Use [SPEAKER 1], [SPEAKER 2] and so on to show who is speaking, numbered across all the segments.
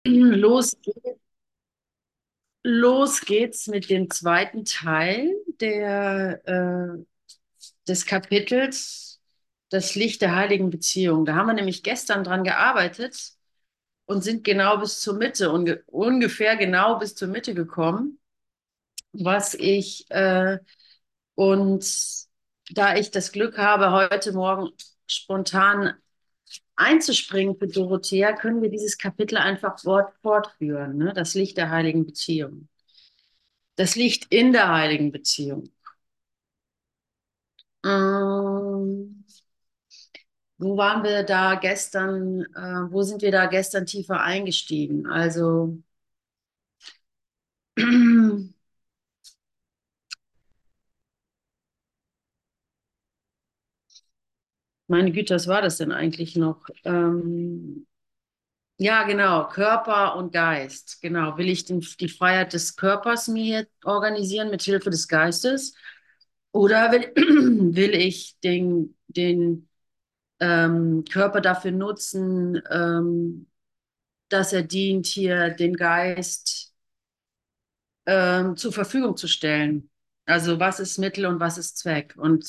[SPEAKER 1] Los, los geht's mit dem zweiten Teil des Kapitels Das Licht der heiligen Beziehung. Da haben wir nämlich gestern dran gearbeitet und sind genau bis zur Mitte, ungefähr genau bis zur Mitte gekommen, was ich und da ich das Glück habe, heute Morgen spontan einzuspringen für Dorothea, können wir dieses Kapitel einfach fortführen, ne? Das Licht der heiligen Beziehung. Das Licht in der heiligen Beziehung. Ähm, wo waren wir da gestern, wo sind wir da gestern tiefer eingestiegen? Also, meine Güte, was war das denn eigentlich noch? Ja, genau, Körper und Geist. Genau, will ich die Freiheit des Körpers mir organisieren mit Hilfe des Geistes? Oder will ich den Körper dafür nutzen, dass er dient, hier den Geist zur Verfügung zu stellen? Also was ist Mittel und was ist Zweck? Und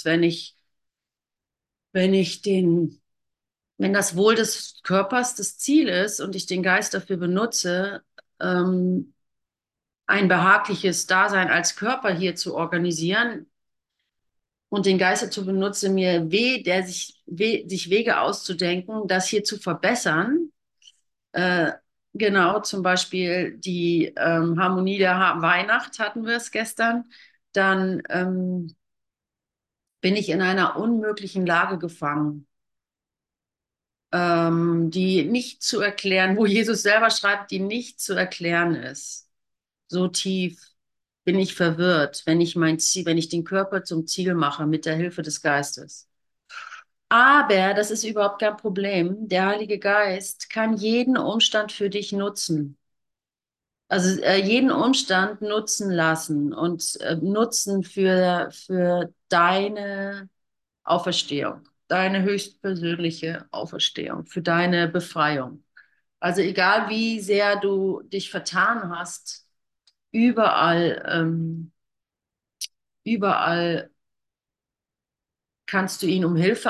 [SPEAKER 1] wenn ich wenn das Wohl des Körpers das Ziel ist und ich den Geist dafür benutze, ähm, ein behagliches Dasein als Körper hier zu organisieren und den Geist dazu benutze, sich Wege auszudenken, das hier zu verbessern. Äh, genau, zum Beispiel die Harmonie der Weihnacht hatten wir es gestern. Dann bin ich in einer unmöglichen Lage gefangen, die nicht zu erklären, wo Jesus selber schreibt, die nicht zu erklären ist. So tief bin ich verwirrt, wenn ich den Körper zum Ziel mache mit der Hilfe des Geistes. Aber das ist überhaupt kein Problem. Der Heilige Geist kann jeden Umstand für dich nutzen. Also jeden Umstand nutzen lassen und nutzen für deine Auferstehung, deine höchstpersönliche Auferstehung, für deine Befreiung. Also egal wie sehr du dich vertan hast, überall kannst du ihn um Hilfe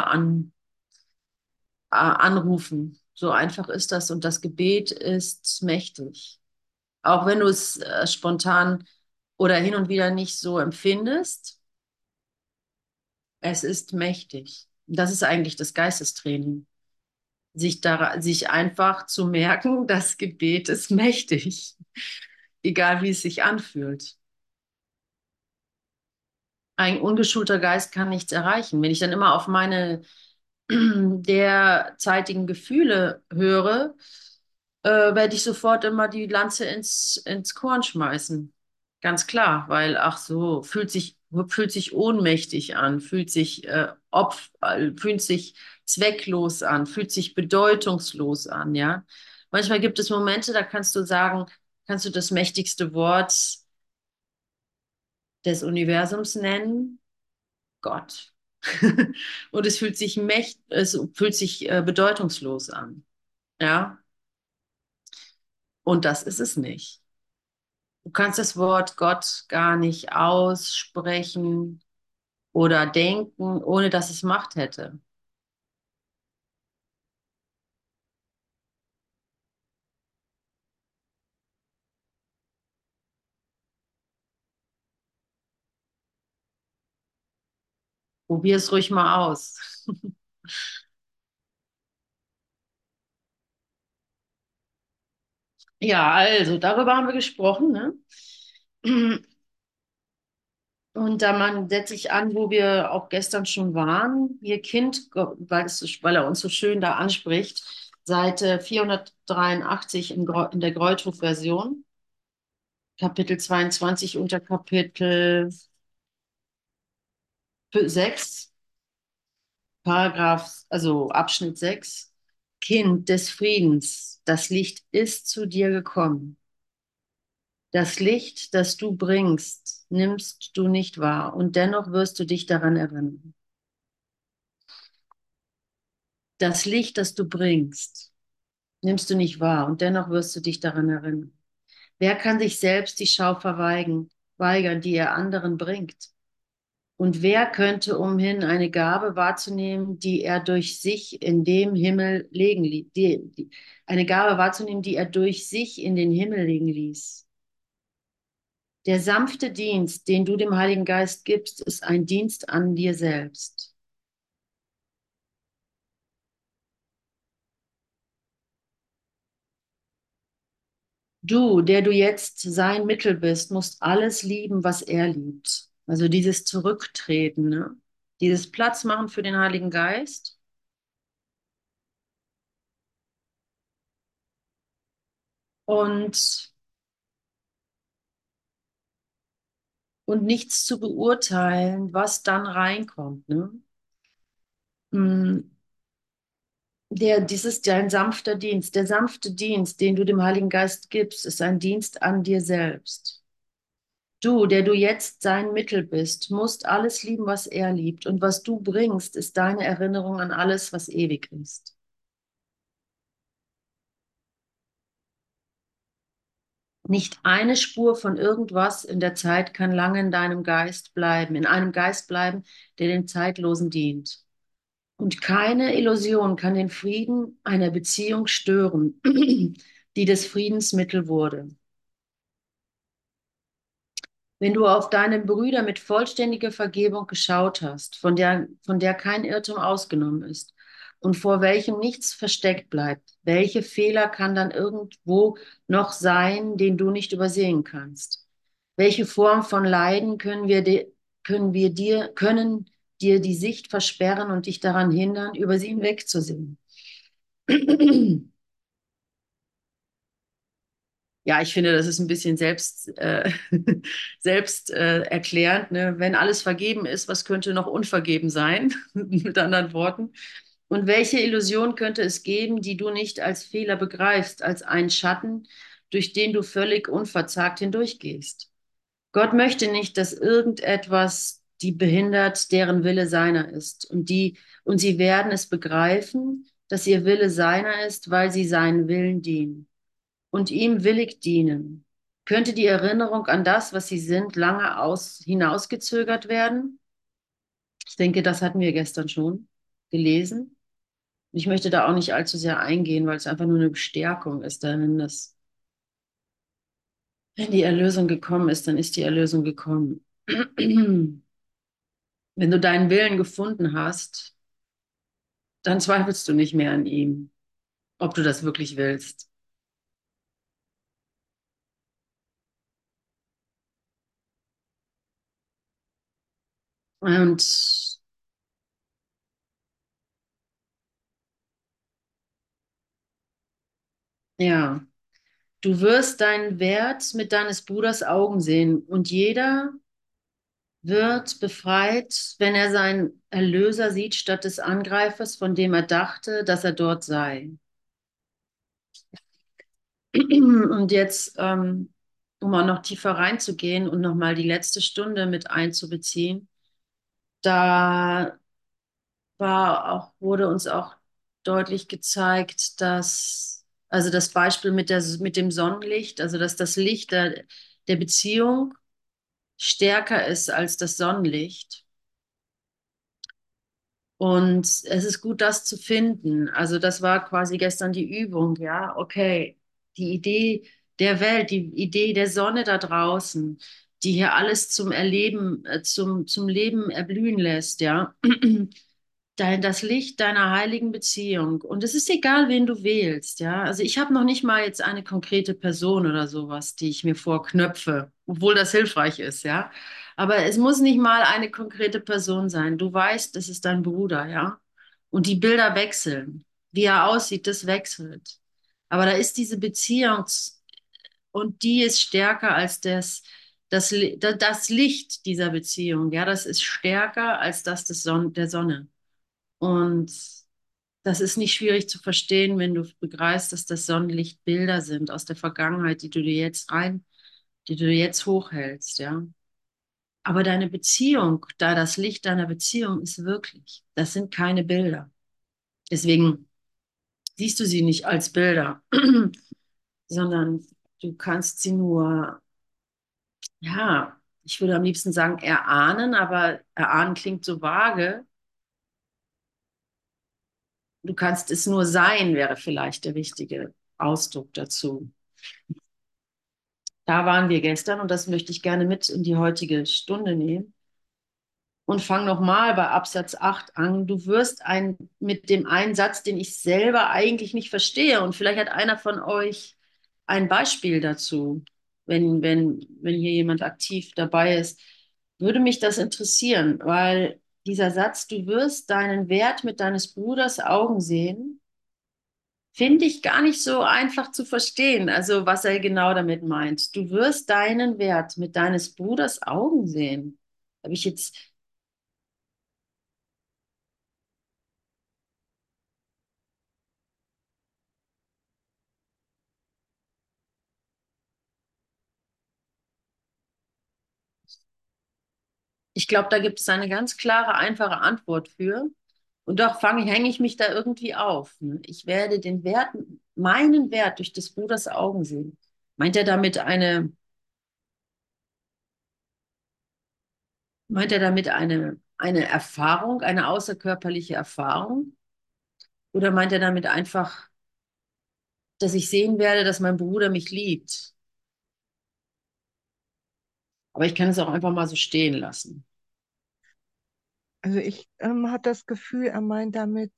[SPEAKER 1] anrufen. So einfach ist das und das Gebet ist mächtig. Auch wenn du es spontan oder hin und wieder nicht so empfindest, es ist mächtig. Das ist eigentlich das Geistestraining. Sich einfach zu merken, das Gebet ist mächtig, egal wie es sich anfühlt. Ein ungeschulter Geist kann nichts erreichen. Wenn ich dann immer auf meine derzeitigen Gefühle höre, werde ich sofort immer die Lanze ins Korn schmeißen. Ganz klar, weil, ach so, fühlt sich ohnmächtig an, fühlt sich zwecklos an, fühlt sich bedeutungslos an, ja. Manchmal gibt es Momente, da kannst du das mächtigste Wort des Universums nennen, Gott. Und es fühlt sich bedeutungslos an, ja. Und das ist es nicht. Du kannst das Wort Gott gar nicht aussprechen oder denken, ohne dass es Macht hätte. Probier es ruhig mal aus. Ja, also darüber haben wir gesprochen, ne? Und setze ich an, wo wir auch gestern schon waren. Ihr Kind, weil er uns so schön da anspricht, Seite 483 in der Greuthof-Version, Kapitel 22, Unterkapitel 6. Also Abschnitt 6. Kind des Friedens, das Licht ist zu dir gekommen. Das Licht, das du bringst, nimmst du nicht wahr und dennoch wirst du dich daran erinnern. Das Licht, das du bringst, nimmst du nicht wahr und dennoch wirst du dich daran erinnern. Wer kann sich selbst die Schau weigern, die er anderen bringt? Und wer könnte umhin eine Gabe wahrzunehmen, die er durch sich in dem Himmel legen ließ, eine Gabe wahrzunehmen, die er durch sich in den Himmel legen ließ? Der sanfte Dienst, den du dem Heiligen Geist gibst, ist ein Dienst an dir selbst. Du, der du jetzt sein Mittel bist, musst alles lieben, was er liebt. Also dieses Zurücktreten, ne? Dieses Platz machen für den Heiligen Geist und, und nichts zu beurteilen, was dann reinkommt, ne? Mm, dies ist ja ein sanfter Dienst. Der sanfte Dienst, den du dem Heiligen Geist gibst, ist ein Dienst an dir selbst. Du, der du jetzt sein Mittel bist, musst alles lieben, was er liebt. Und was du bringst, ist deine Erinnerung an alles, was ewig ist. Nicht eine Spur von irgendwas in der Zeit kann lange in deinem Geist bleiben, in einem Geist bleiben, der den Zeitlosen dient. Und keine Illusion kann den Frieden einer Beziehung stören, die des Friedens Mittel wurde. Wenn du auf deinen Bruder mit vollständiger Vergebung geschaut hast, von der kein Irrtum ausgenommen ist und vor welchem nichts versteckt bleibt, welche Fehler kann dann irgendwo noch sein, den du nicht übersehen kannst? Welche Form von Leiden können dir die Sicht versperren und dich daran hindern, über sie hinwegzusehen? Ja, ich finde, das ist ein bisschen selbst erklärend, ne? Wenn alles vergeben ist, was könnte noch unvergeben sein? Mit anderen Worten. Und welche Illusion könnte es geben, die du nicht als Fehler begreifst, als einen Schatten, durch den du völlig unverzagt hindurchgehst? Gott möchte nicht, dass irgendetwas die behindert, deren Wille seiner ist. Und sie werden es begreifen, dass ihr Wille seiner ist, weil sie seinen Willen dienen und ihm willig dienen. Könnte die Erinnerung an das, was sie sind, hinausgezögert werden? Ich denke, das hatten wir gestern schon gelesen. Ich möchte da auch nicht allzu sehr eingehen, weil es einfach nur eine Bestärkung ist darin, dass wenn die Erlösung gekommen ist, dann ist die Erlösung gekommen. Wenn du deinen Willen gefunden hast, dann zweifelst du nicht mehr an ihm, ob du das wirklich willst. Und ja, du wirst deinen Wert mit deines Bruders Augen sehen und jeder wird befreit, wenn er seinen Erlöser sieht, statt des Angreifers, von dem er dachte, dass er dort sei. Und jetzt, um auch noch tiefer reinzugehen und nochmal die letzte Stunde mit einzubeziehen, da wurde uns auch deutlich gezeigt, also das Beispiel mit dem Sonnenlicht, also dass das Licht der Beziehung stärker ist als das Sonnenlicht. Und es ist gut, das zu finden. Also das war quasi gestern die Übung, ja, okay, die Idee der Welt, die Idee der Sonne da draußen, die hier alles zum Erleben, zum Leben erblühen lässt, ja. Das Licht deiner heiligen Beziehung. Und es ist egal, wen du wählst, ja. Also ich habe noch nicht mal jetzt eine konkrete Person oder sowas, die ich mir vorknöpfe, obwohl das hilfreich ist, ja. Aber es muss nicht mal eine konkrete Person sein. Du weißt, das ist dein Bruder, ja. Und die Bilder wechseln. Wie er aussieht, das wechselt. Aber da ist diese Beziehung und die ist stärker als das Licht dieser Beziehung. Ja, das ist stärker als das der Sonne. Und das ist nicht schwierig zu verstehen, wenn du begreifst, dass das Sonnenlicht Bilder sind aus der Vergangenheit, die du dir jetzt hochhältst, ja. Aber deine Beziehung, da das Licht deiner Beziehung ist wirklich, das sind keine Bilder. Deswegen siehst du sie nicht als Bilder, sondern du kannst sie nur, ja, ich würde am liebsten sagen erahnen, aber erahnen klingt so vage. Du kannst es nur sein, wäre vielleicht der richtige Ausdruck dazu. Da waren wir gestern und das möchte ich gerne mit in die heutige Stunde nehmen. Und fang nochmal bei Absatz 8 an. Du wirst mit dem einen Satz, den ich selber eigentlich nicht verstehe, und vielleicht hat einer von euch ein Beispiel dazu, wenn hier jemand aktiv dabei ist, würde mich das interessieren, weil dieser Satz, du wirst deinen Wert mit deines Bruders Augen sehen, finde ich gar nicht so einfach zu verstehen, also was er genau damit meint. Du wirst deinen Wert mit deines Bruders Augen sehen. Habe ich jetzt, ich glaube, da gibt es eine ganz klare, einfache Antwort für. Und doch hänge ich mich da irgendwie auf. Ne? Ich werde den Wert, meinen Wert durch des Bruders Augen sehen. Meint er damit meint er damit eine Erfahrung, eine außerkörperliche Erfahrung? Oder meint er damit einfach, dass ich sehen werde, dass mein Bruder mich liebt? Aber ich kann es auch einfach mal so stehen lassen.
[SPEAKER 2] Also ich hatte das Gefühl, er meint damit,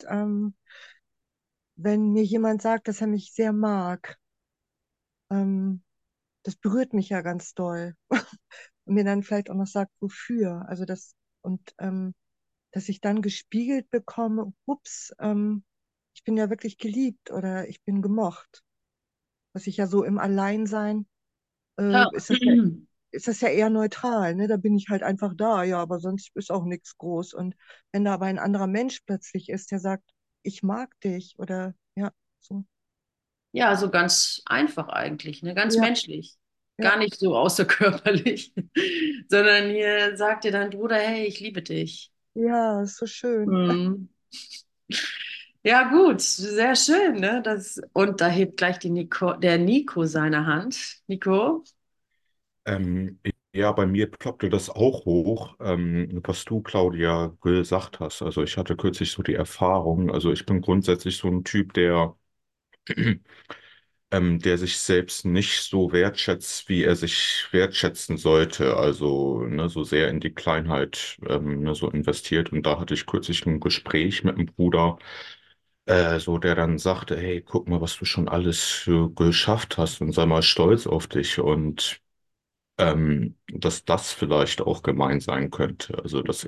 [SPEAKER 2] wenn mir jemand sagt, dass er mich sehr mag, ähm, das berührt mich ja ganz doll. Und mir dann vielleicht auch noch sagt, wofür. Also das, und dass ich dann gespiegelt bekomme, ups, ich bin ja wirklich geliebt oder ich bin gemocht. Was ich ja so im Alleinsein,
[SPEAKER 1] Ja.
[SPEAKER 2] ist das ja eher neutral, ne? Da bin ich halt einfach da, ja, aber sonst ist auch nichts groß. Und wenn da aber ein anderer Mensch plötzlich ist, der sagt, ich mag dich oder ja, so.
[SPEAKER 1] Ja, so ganz einfach eigentlich, ne? Ganz
[SPEAKER 2] Ja,
[SPEAKER 1] menschlich.
[SPEAKER 2] ja,
[SPEAKER 1] Gar nicht so außerkörperlich, sondern hier sagt dir dein Bruder, hey, ich liebe dich.
[SPEAKER 2] ja, ist so schön.
[SPEAKER 1] Mhm. Ja, gut, sehr schön, ne? Und da hebt gleich der Nico seine Hand. Nico?
[SPEAKER 3] Ähm, ja, bei mir ploppte das auch hoch, was du, Claudia, gesagt hast. Also ich hatte kürzlich so die Erfahrung, also ich bin grundsätzlich so ein Typ, der sich selbst nicht so wertschätzt, wie er sich wertschätzen sollte. Also ne, so sehr in die Kleinheit ne, so investiert. Und da hatte ich kürzlich ein Gespräch mit einem Bruder, so der dann sagte, hey, guck mal, was du schon alles geschafft hast und sei mal stolz auf dich. Und dass das vielleicht auch gemein sein könnte. Also, dass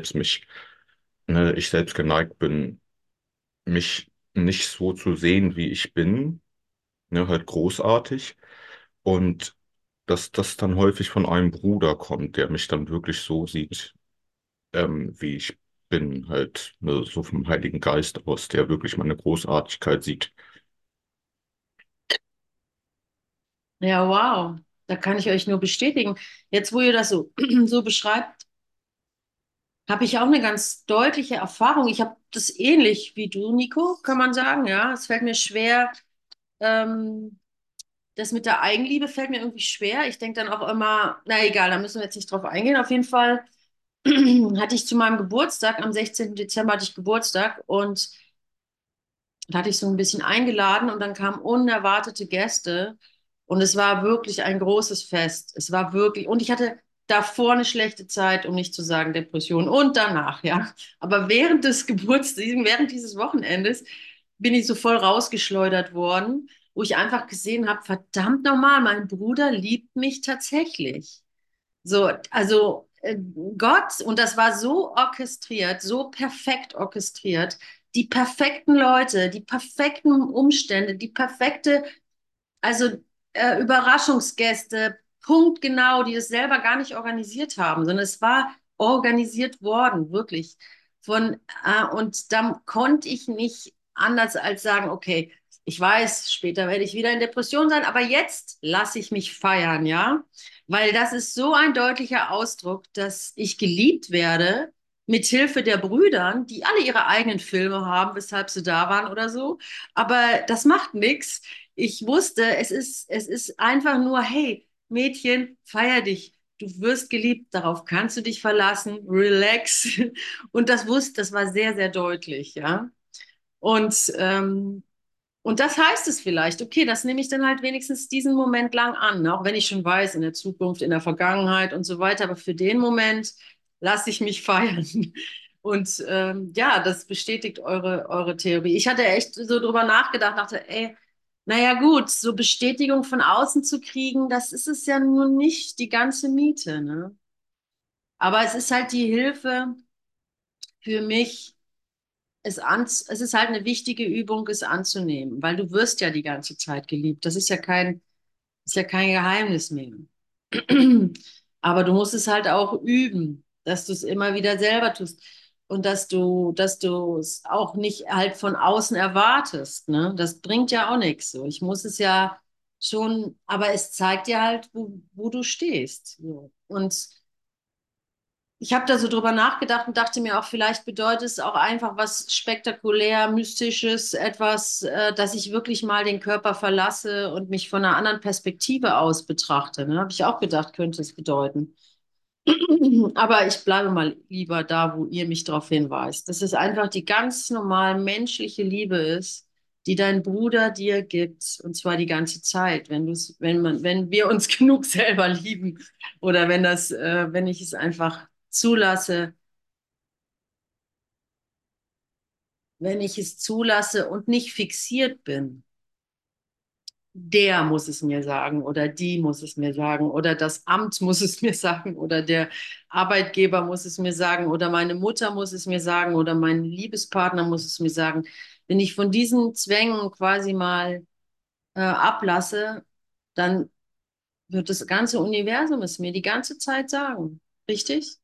[SPEAKER 3] ich selbst geneigt bin, mich nicht so zu sehen, wie ich bin, ne, halt großartig. Und dass das dann häufig von einem Bruder kommt, der mich dann wirklich so sieht, wie ich bin, halt, ne, so vom Heiligen Geist aus, der wirklich meine Großartigkeit sieht.
[SPEAKER 1] Ja, wow. Da kann ich euch nur bestätigen. Jetzt, wo ihr das so, so beschreibt, habe ich auch eine ganz deutliche Erfahrung. Ich habe das ähnlich wie du, Nico, kann man sagen. Ja, es fällt mir schwer. Das mit der Eigenliebe fällt mir irgendwie schwer. Ich denke dann auch immer, na egal, da müssen wir jetzt nicht drauf eingehen. Auf jeden Fall hatte ich zu meinem Geburtstag, am 16. Dezember hatte ich Geburtstag und da hatte ich so ein bisschen eingeladen und dann kamen unerwartete Gäste und es war wirklich ein großes Fest. Es war wirklich, und ich hatte davor eine schlechte Zeit, um nicht zu sagen Depression und danach, ja. Aber während dieses Wochenendes bin ich so voll rausgeschleudert worden, wo ich einfach gesehen habe, verdammt nochmal, mein Bruder liebt mich tatsächlich. So, also Gott, und das war so orchestriert, so perfekt orchestriert, die perfekten Leute, die perfekten Umstände, die perfekte, also Überraschungsgäste, punktgenau, die das selber gar nicht organisiert haben, sondern es war organisiert worden, wirklich. Und dann konnte ich nicht anders als sagen, okay, ich weiß, später werde ich wieder in Depression sein, aber jetzt lasse ich mich feiern, ja? Weil das ist so ein deutlicher Ausdruck, dass ich geliebt werde mit Hilfe der Brüdern, die alle ihre eigenen Filme haben, weshalb sie da waren oder so. Aber das macht nichts. Ich wusste, es ist einfach nur, hey, Mädchen, feier dich. Du wirst geliebt, darauf kannst du dich verlassen, relax. Und das war sehr, sehr deutlich, ja. Und, und das heißt es vielleicht, okay, das nehme ich dann halt wenigstens diesen Moment lang an, ne? Auch wenn ich schon weiß, in der Zukunft, in der Vergangenheit und so weiter, aber für den Moment lasse ich mich feiern. Und ja, das bestätigt eure Theorie. Ich hatte echt so drüber nachgedacht, dachte, ey, naja gut, so Bestätigung von außen zu kriegen, das ist es ja nun nicht die ganze Miete, ne? Aber es ist halt die Hilfe für mich, es ist halt eine wichtige Übung, es anzunehmen, weil du wirst ja die ganze Zeit geliebt. Das ist ja kein Geheimnis mehr. Aber du musst es halt auch üben, dass du es immer wieder selber tust und dass du es auch nicht halt von außen erwartest, ne? Das bringt ja auch nichts so. Ich muss es ja schon, aber es zeigt dir halt, wo du stehst. So. Und ich habe da so drüber nachgedacht und dachte mir auch, vielleicht bedeutet es auch einfach was spektakulär, mystisches, etwas, dass ich wirklich mal den Körper verlasse und mich von einer anderen Perspektive aus betrachte. Ne? Habe ich auch gedacht, könnte es bedeuten. Aber ich bleibe mal lieber da, wo ihr mich darauf hinweist, dass es einfach die ganz normal menschliche Liebe ist, die dein Bruder dir gibt, und zwar die ganze Zeit, wenn wir uns genug selber lieben oder wenn ich es einfach zulasse, wenn ich es zulasse und nicht fixiert bin. Der muss es mir sagen oder die muss es mir sagen oder das Amt muss es mir sagen oder der Arbeitgeber muss es mir sagen oder meine Mutter muss es mir sagen oder mein Liebespartner muss es mir sagen. Wenn ich von diesen Zwängen quasi mal ablasse, dann wird das ganze Universum es mir die ganze Zeit sagen. Richtig?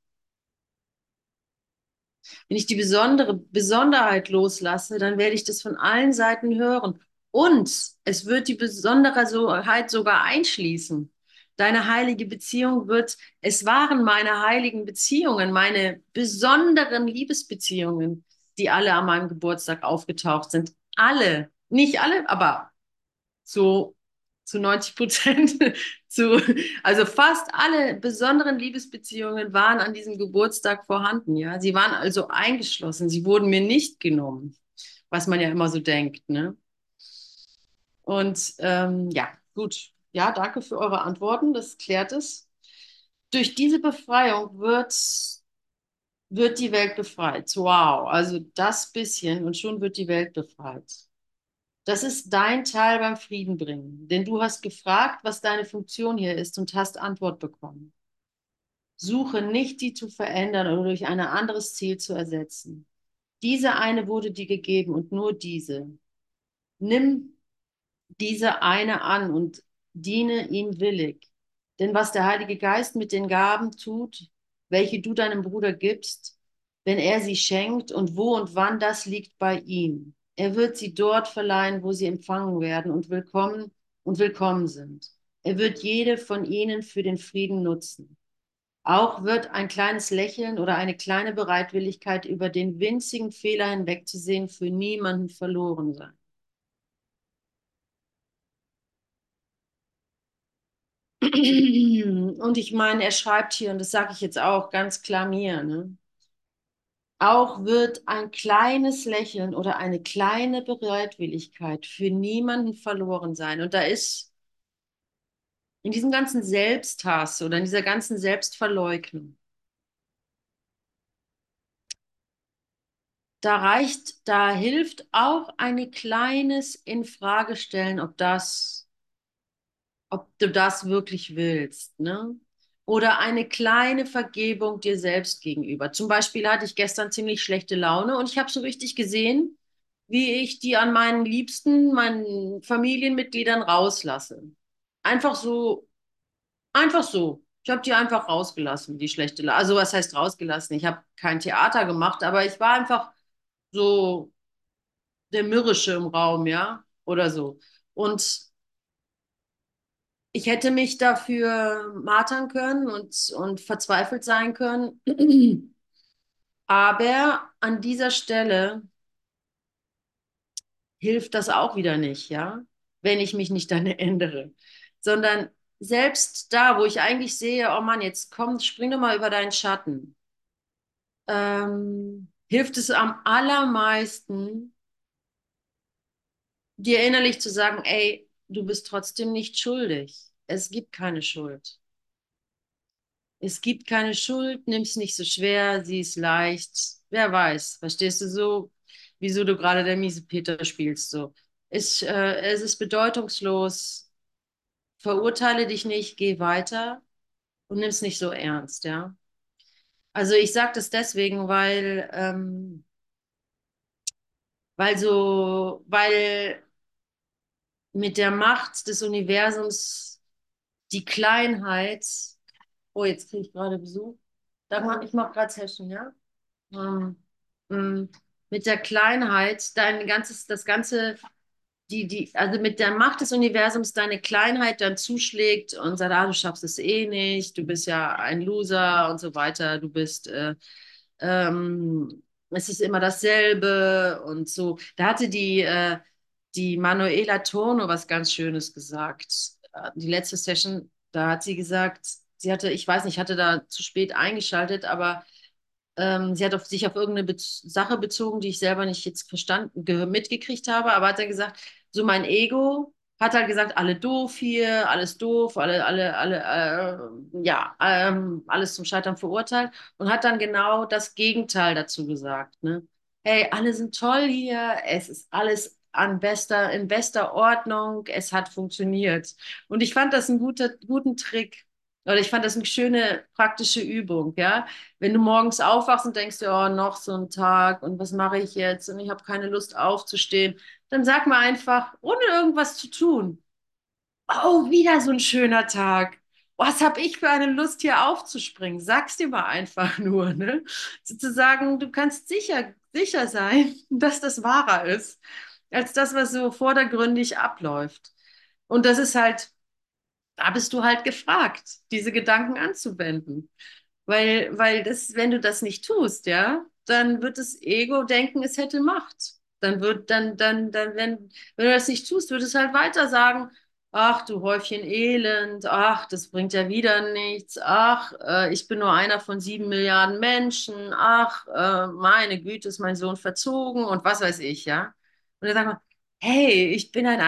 [SPEAKER 1] Wenn ich die Besonderheit loslasse, dann werde ich das von allen Seiten hören. Und es wird die Besonderheit sogar einschließen. Deine heilige Beziehung es waren meine heiligen Beziehungen, meine besonderen Liebesbeziehungen, die alle an meinem Geburtstag aufgetaucht sind. Alle, nicht alle, aber so zu 90%, zu, also fast alle besonderen Liebesbeziehungen waren an diesem Geburtstag vorhanden, ja. Sie waren also eingeschlossen, sie wurden mir nicht genommen, was man ja immer so denkt, ne? Und ja, gut. Ja, danke für eure Antworten, das klärt es. Durch diese Befreiung wird die Welt befreit. Wow, also das bisschen und schon wird die Welt befreit. Das ist dein Teil beim Frieden bringen, denn du hast gefragt, was deine Funktion hier ist und hast Antwort bekommen. Suche nicht, die zu verändern oder durch ein anderes Ziel zu ersetzen. Diese eine wurde dir gegeben und nur diese. Nimm diese eine an und diene ihm willig. Denn was der Heilige Geist mit den Gaben tut, welche du deinem Bruder gibst, wenn er sie schenkt und wo und wann, das liegt bei ihm. Er wird sie dort verleihen, wo sie empfangen werden und willkommen sind. Er wird jede von ihnen für den Frieden nutzen. Auch wird ein kleines Lächeln oder eine kleine Bereitwilligkeit über den winzigen Fehler hinwegzusehen für niemanden verloren sein. Und ich meine, er schreibt hier, und das sage ich jetzt auch ganz klar mir, ne? Auch wird ein kleines Lächeln oder eine kleine Bereitwilligkeit für niemanden verloren sein. Und da ist in diesem ganzen Selbsthass oder in dieser ganzen Selbstverleugnung, da hilft auch ein kleines Infragestellen, ob du das wirklich willst, ne? Oder eine kleine Vergebung dir selbst gegenüber. Zum Beispiel hatte ich gestern ziemlich schlechte Laune und ich habe so richtig gesehen, wie ich die an meinen Liebsten, meinen Familienmitgliedern rauslasse. Einfach so, einfach so. Ich habe die einfach rausgelassen, die schlechte Laune. Also was heißt rausgelassen? Ich habe kein Theater gemacht, aber ich war einfach so der Mürrische im Raum, ja, oder so. Und ich hätte mich dafür martern können und verzweifelt sein können. Aber an dieser Stelle hilft das auch wieder nicht, ja, wenn ich mich nicht dann ändere, sondern selbst da, wo ich eigentlich sehe, oh Mann, jetzt komm, spring doch mal über deinen Schatten, hilft es am allermeisten, dir innerlich zu sagen, ey, du bist trotzdem nicht schuldig. Es gibt keine Schuld. Es gibt keine Schuld, nimm's nicht so schwer, sie ist leicht. Wer weiß, verstehst du so, wieso du gerade der miese Peter spielst so. Es ist bedeutungslos. Verurteile dich nicht, geh weiter und nimm's nicht so ernst, ja. Also ich sage das deswegen, weil mit der Macht des Universums die Kleinheit, oh, jetzt kriege ich gerade Besuch. Ich mache gerade Session, ja? Ähm, ähm, mit der Kleinheit das ganze, also mit der Macht des Universums deine Kleinheit dann zuschlägt und sagt, ah, du schaffst es eh nicht, du bist ja ein Loser und so weiter, es ist immer dasselbe und so. Da hatte die Manuela Torno was ganz Schönes gesagt. Die letzte Session, da hat sie gesagt, ich weiß nicht, hatte da zu spät eingeschaltet, aber sie hat sich auf irgendeine Sache bezogen, die ich selber nicht jetzt mitgekriegt habe, aber hat dann gesagt, so mein Ego hat halt gesagt, alle doof hier, alles doof, ja, alles zum Scheitern verurteilt und hat dann genau das Gegenteil dazu gesagt, ne? Hey, alle sind toll hier, es ist alles in bester Ordnung, es hat funktioniert. Und ich fand das einen guten Trick. Oder ich fand das eine schöne praktische Übung, ja. Wenn du morgens aufwachst und denkst dir, oh, noch so ein Tag und was mache ich jetzt und ich habe keine Lust aufzustehen, dann sag mal einfach, ohne irgendwas zu tun, oh, wieder so ein schöner Tag. Was habe ich für eine Lust, hier aufzuspringen? Sag's dir mal einfach nur, ne? Sozusagen, du kannst sicher sein, dass das wahrer ist, als das, was so vordergründig abläuft. Und das ist halt, da bist du halt gefragt, diese Gedanken anzuwenden. Weil wenn du das nicht tust, ja, dann wird das Ego denken, es hätte Macht. Wenn du das nicht tust, wird es halt weiter sagen, ach du Häufchen Elend, ach, das bringt ja wieder nichts, ach, ich bin nur einer von 7 Milliarden Menschen, ach, meine Güte, ist mein Sohn verzogen und was weiß ich, ja. Und dann sagt man, hey, ich bin ein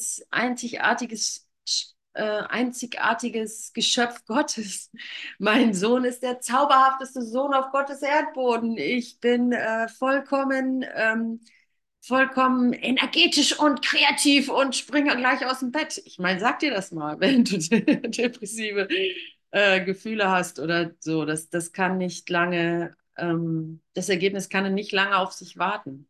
[SPEAKER 1] einzigartiges Geschöpf Gottes. Mein Sohn ist der zauberhafteste Sohn auf Gottes Erdboden. Ich bin vollkommen energetisch und kreativ und springe gleich aus dem Bett. Ich meine, sag dir das mal, wenn du depressive Gefühle hast oder so. Das kann nicht lange, das Ergebnis kann nicht lange auf sich warten.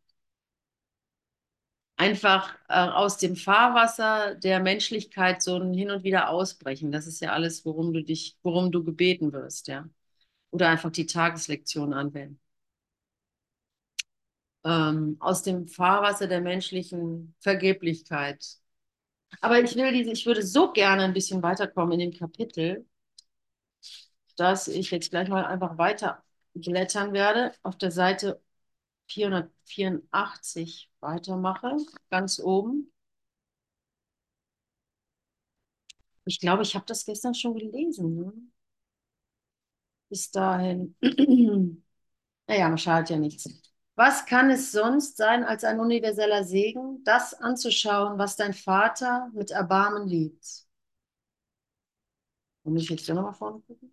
[SPEAKER 1] Einfach aus dem Fahrwasser der Menschlichkeit so ein hin und wieder ausbrechen. Das ist ja alles, worum du gebeten wirst, ja. Oder einfach die Tageslektion anwenden. Aus dem Fahrwasser der menschlichen Vergeblichkeit. Aber ich würde so gerne ein bisschen weiterkommen in dem Kapitel, dass ich jetzt gleich mal einfach weiter blättern werde, auf der Seite 484 weitermache, ganz oben. Ich glaube, ich habe das gestern schon gelesen, ne? Bis dahin. Naja, man schadet ja nichts. Was kann es sonst sein als ein universeller Segen, das anzuschauen, was dein Vater mit Erbarmen liebt? Muss ich jetzt hier nochmal vorne gucken?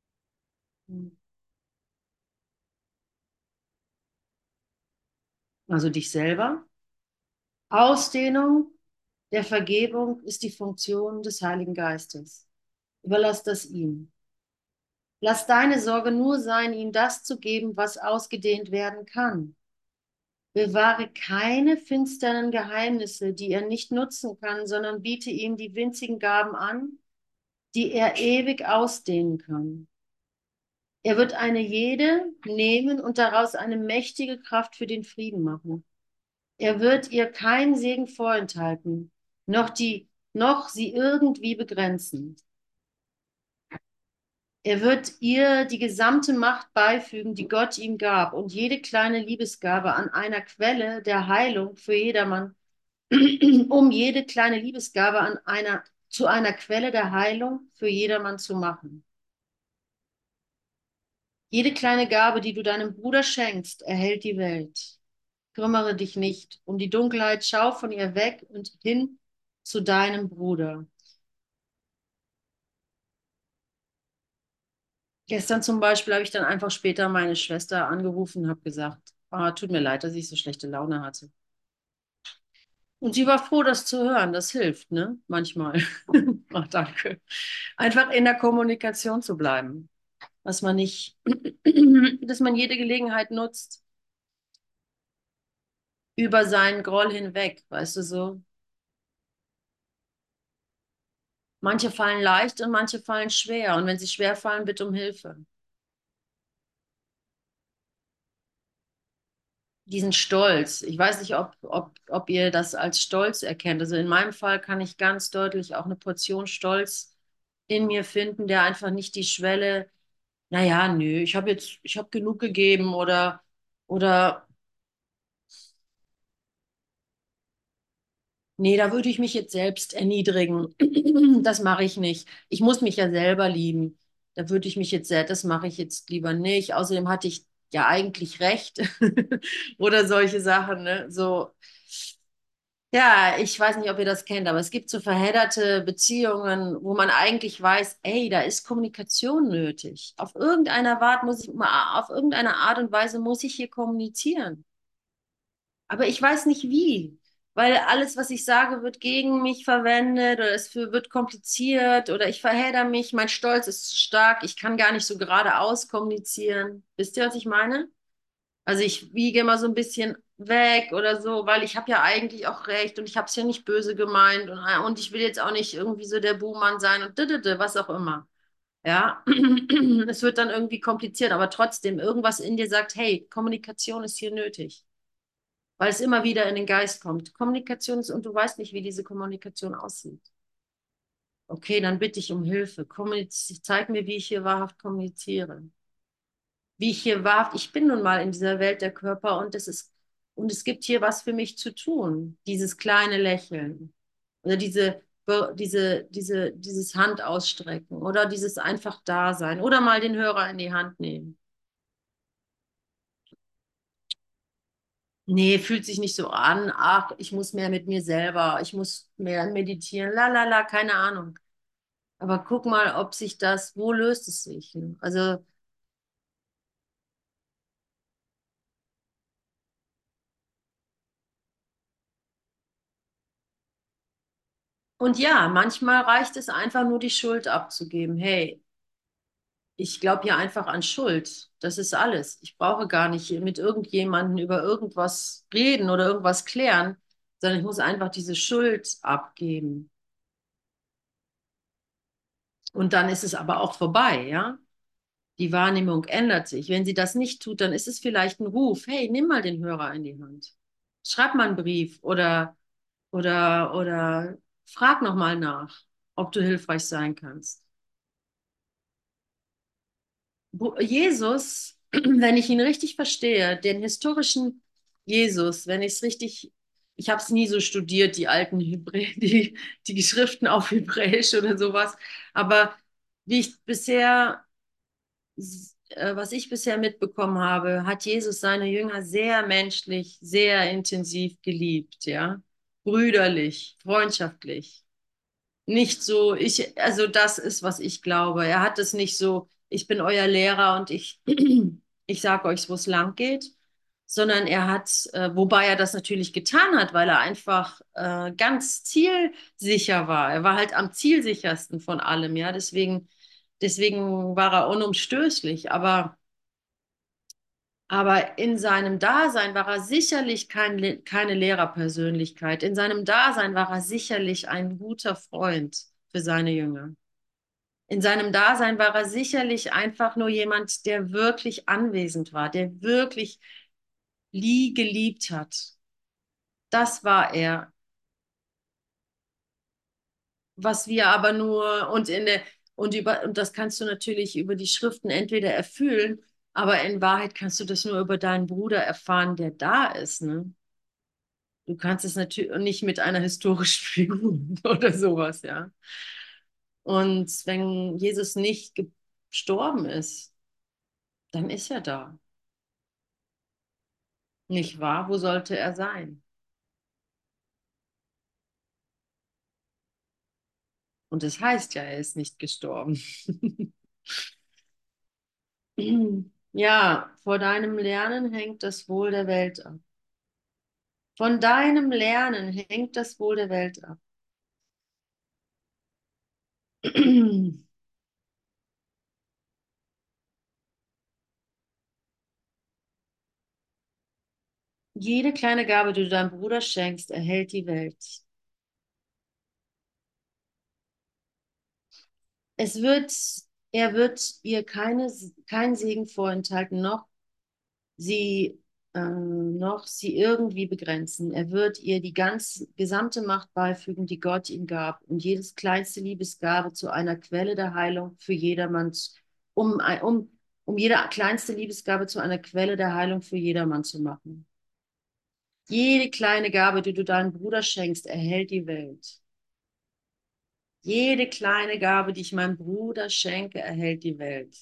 [SPEAKER 1] Also dich selber. Ausdehnung der Vergebung ist die Funktion des Heiligen Geistes. Überlass das ihm. Lass deine Sorge nur sein, ihm das zu geben, was ausgedehnt werden kann. Bewahre keine finsteren Geheimnisse, die er nicht nutzen kann, sondern biete ihm die winzigen Gaben an, die er ewig ausdehnen kann. Er wird eine jede nehmen und daraus eine mächtige Kraft für den Frieden machen. Er wird ihr keinen Segen vorenthalten, noch sie irgendwie begrenzen. Er wird ihr die gesamte Macht beifügen, die Gott ihm gab, und jede kleine Liebesgabe an einer Quelle der Heilung für jedermann, um jede kleine Liebesgabe zu einer Quelle der Heilung für jedermann zu machen. Jede kleine Gabe, die du deinem Bruder schenkst, erhält die Welt. Kümmere dich nicht um die Dunkelheit, schau von ihr weg und hin zu deinem Bruder. Gestern zum Beispiel habe ich dann einfach später meine Schwester angerufen und habe gesagt, ah, tut mir leid, dass ich so schlechte Laune hatte. Und sie war froh, das zu hören. Das hilft, ne? Manchmal. Ach, danke. Einfach in der Kommunikation zu bleiben. Dass man nicht, dass man jede Gelegenheit nutzt, über seinen Groll hinweg, weißt du so. Manche fallen leicht und manche fallen schwer. Und wenn sie schwer fallen, bitte um Hilfe. Diesen Stolz. Ich weiß nicht, ob ihr das als Stolz erkennt. Also in meinem Fall kann ich ganz deutlich auch eine Portion Stolz in mir finden, der einfach nicht die Schwelle, naja, nö, ich habe genug gegeben oder nee, da würde ich mich jetzt selbst erniedrigen. Das mache ich nicht. Ich muss mich ja selber lieben. Da würde ich mich jetzt selbst, das mache ich jetzt lieber nicht. Außerdem hatte ich ja eigentlich recht oder solche Sachen, ne? So, ja, ich weiß nicht, ob ihr das kennt, aber es gibt so verhedderte Beziehungen, wo man eigentlich weiß, ey, da ist Kommunikation nötig. Auf irgendeine Art und Weise muss ich hier kommunizieren. Aber ich weiß nicht wie, weil alles, was ich sage, wird gegen mich verwendet oder wird kompliziert oder ich verhedder mich, mein Stolz ist zu stark, ich kann gar nicht so geradeaus kommunizieren. Wisst ihr, was ich meine? Also ich wiege immer so ein bisschen weg oder so, weil ich habe ja eigentlich auch recht und ich habe es ja nicht böse gemeint und ich will jetzt auch nicht irgendwie so der Buhmann sein und was auch immer. Ja, es wird dann irgendwie kompliziert, aber trotzdem, irgendwas in dir sagt, hey, Kommunikation ist hier nötig, weil es immer wieder in den Geist kommt. Kommunikation ist, und du weißt nicht, wie diese Kommunikation aussieht. Okay, dann bitte ich um Hilfe. Zeig mir, wie ich hier wahrhaft kommuniziere. Wie ich hier wahrhaft, ich bin nun mal in dieser Welt der Körper und es gibt hier was für mich zu tun. Dieses kleine Lächeln oder dieses Hand ausstrecken oder dieses einfach Dasein oder mal den Hörer in die Hand nehmen. Nee, fühlt sich nicht so an. Ach, ich muss mehr mit mir selber, ich muss mehr meditieren, la la la, keine Ahnung. Aber guck mal, wo löst es sich? Ne? Also, und ja, manchmal reicht es einfach nur, die Schuld abzugeben. Hey, ich glaube ja einfach an Schuld. Das ist alles. Ich brauche gar nicht mit irgendjemandem über irgendwas reden oder irgendwas klären, sondern ich muss einfach diese Schuld abgeben. Und dann ist es aber auch vorbei, ja? Die Wahrnehmung ändert sich. Wenn sie das nicht tut, dann ist es vielleicht ein Ruf. Hey, nimm mal den Hörer in die Hand. Schreib mal einen Brief oder frag nochmal nach, ob du hilfreich sein kannst. Jesus, wenn ich ihn richtig verstehe, den historischen Jesus, wenn ich es richtig, ich habe es nie so studiert, die Schriften auf Hebräisch oder sowas, aber wie ich bisher was ich bisher mitbekommen habe, hat Jesus seine Jünger sehr menschlich, sehr intensiv geliebt, ja. Brüderlich, freundschaftlich. Nicht so, also das ist, was ich glaube. Er hat es nicht so, ich bin euer Lehrer und ich sage euch, wo es lang geht, sondern wobei er das natürlich getan hat, weil er einfach ganz zielsicher war. Er war halt am zielsichersten von allem, ja. Deswegen war er unumstößlich. Aber in seinem Dasein war er sicherlich keine Lehrerpersönlichkeit. In seinem Dasein war er sicherlich ein guter Freund für seine Jünger. In seinem Dasein war er sicherlich einfach nur jemand, der wirklich anwesend war, der wirklich geliebt hat. Das war er. Was wir aber nur, und Und das kannst du natürlich über die Schriften entweder erfüllen, aber in Wahrheit kannst du das nur über deinen Bruder erfahren, der da ist, ne? Du kannst es natürlich nicht mit einer historischen Figur oder sowas, ja. Und wenn Jesus nicht gestorben ist, dann ist er da. Nicht wahr? Wo sollte er sein? Und es heißt ja, er ist nicht gestorben. Ja, vor deinem Lernen hängt das Wohl der Welt ab. Von deinem Lernen hängt das Wohl der Welt ab. Jede kleine Gabe, die du deinem Bruder schenkst, erhält die Welt. Es wird, er wird ihr keinen Segen vorenthalten, noch sie irgendwie begrenzen. Er wird ihr die gesamte Macht beifügen, die Gott ihm gab, und jedes kleinste Liebesgabe zu einer Quelle der Heilung für jedermann, um, um, um jede kleinste Liebesgabe zu einer Quelle der Heilung für jedermann zu machen. Jede kleine Gabe, die du deinem Bruder schenkst, erhält die Welt. Jede kleine Gabe, die ich meinem Bruder schenke, erhält die Welt.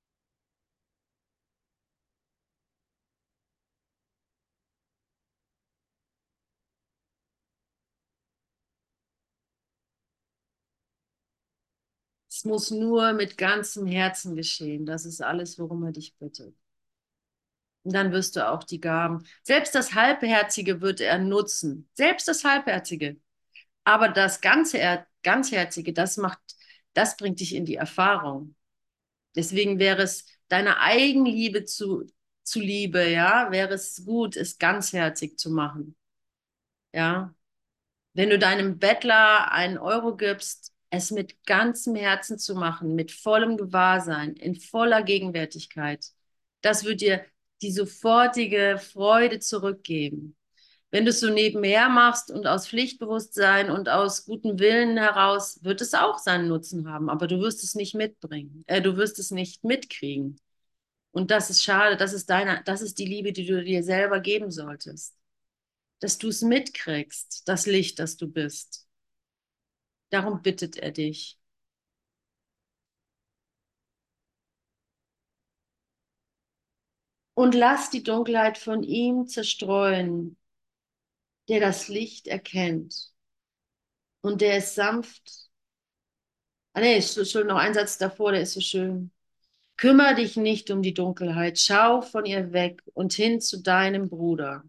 [SPEAKER 1] Es muss nur mit ganzem Herzen geschehen. Das ist alles, worum er dich bittet. Und dann wirst du auch die Gaben. Selbst das Halbherzige wird er nutzen. Selbst das Halbherzige. Aber das Ganzherzige, das bringt dich in die Erfahrung. Deswegen wäre es deiner Eigenliebe zuliebe, ja, wäre es gut, es ganzherzig zu machen. Ja. Wenn du deinem Bettler 1 Euro gibst, es mit ganzem Herzen zu machen, mit vollem Gewahrsein, in voller Gegenwärtigkeit, das wird dir die sofortige Freude zurückgeben. Wenn du es so nebenher machst und aus Pflichtbewusstsein und aus gutem Willen heraus, wird es auch seinen Nutzen haben, aber du wirst es nicht mitbringen. Du wirst es nicht mitkriegen. Und das ist schade, das ist die Liebe, die du dir selber geben solltest. Dass du es mitkriegst, das Licht, das du bist. Darum bittet er dich. Und lass die Dunkelheit von ihm zerstreuen, der das Licht erkennt und der ist sanft. Ah nee, schon noch ein Satz davor, der ist so schön. Kümmer dich nicht um die Dunkelheit, schau von ihr weg und hin zu deinem Bruder.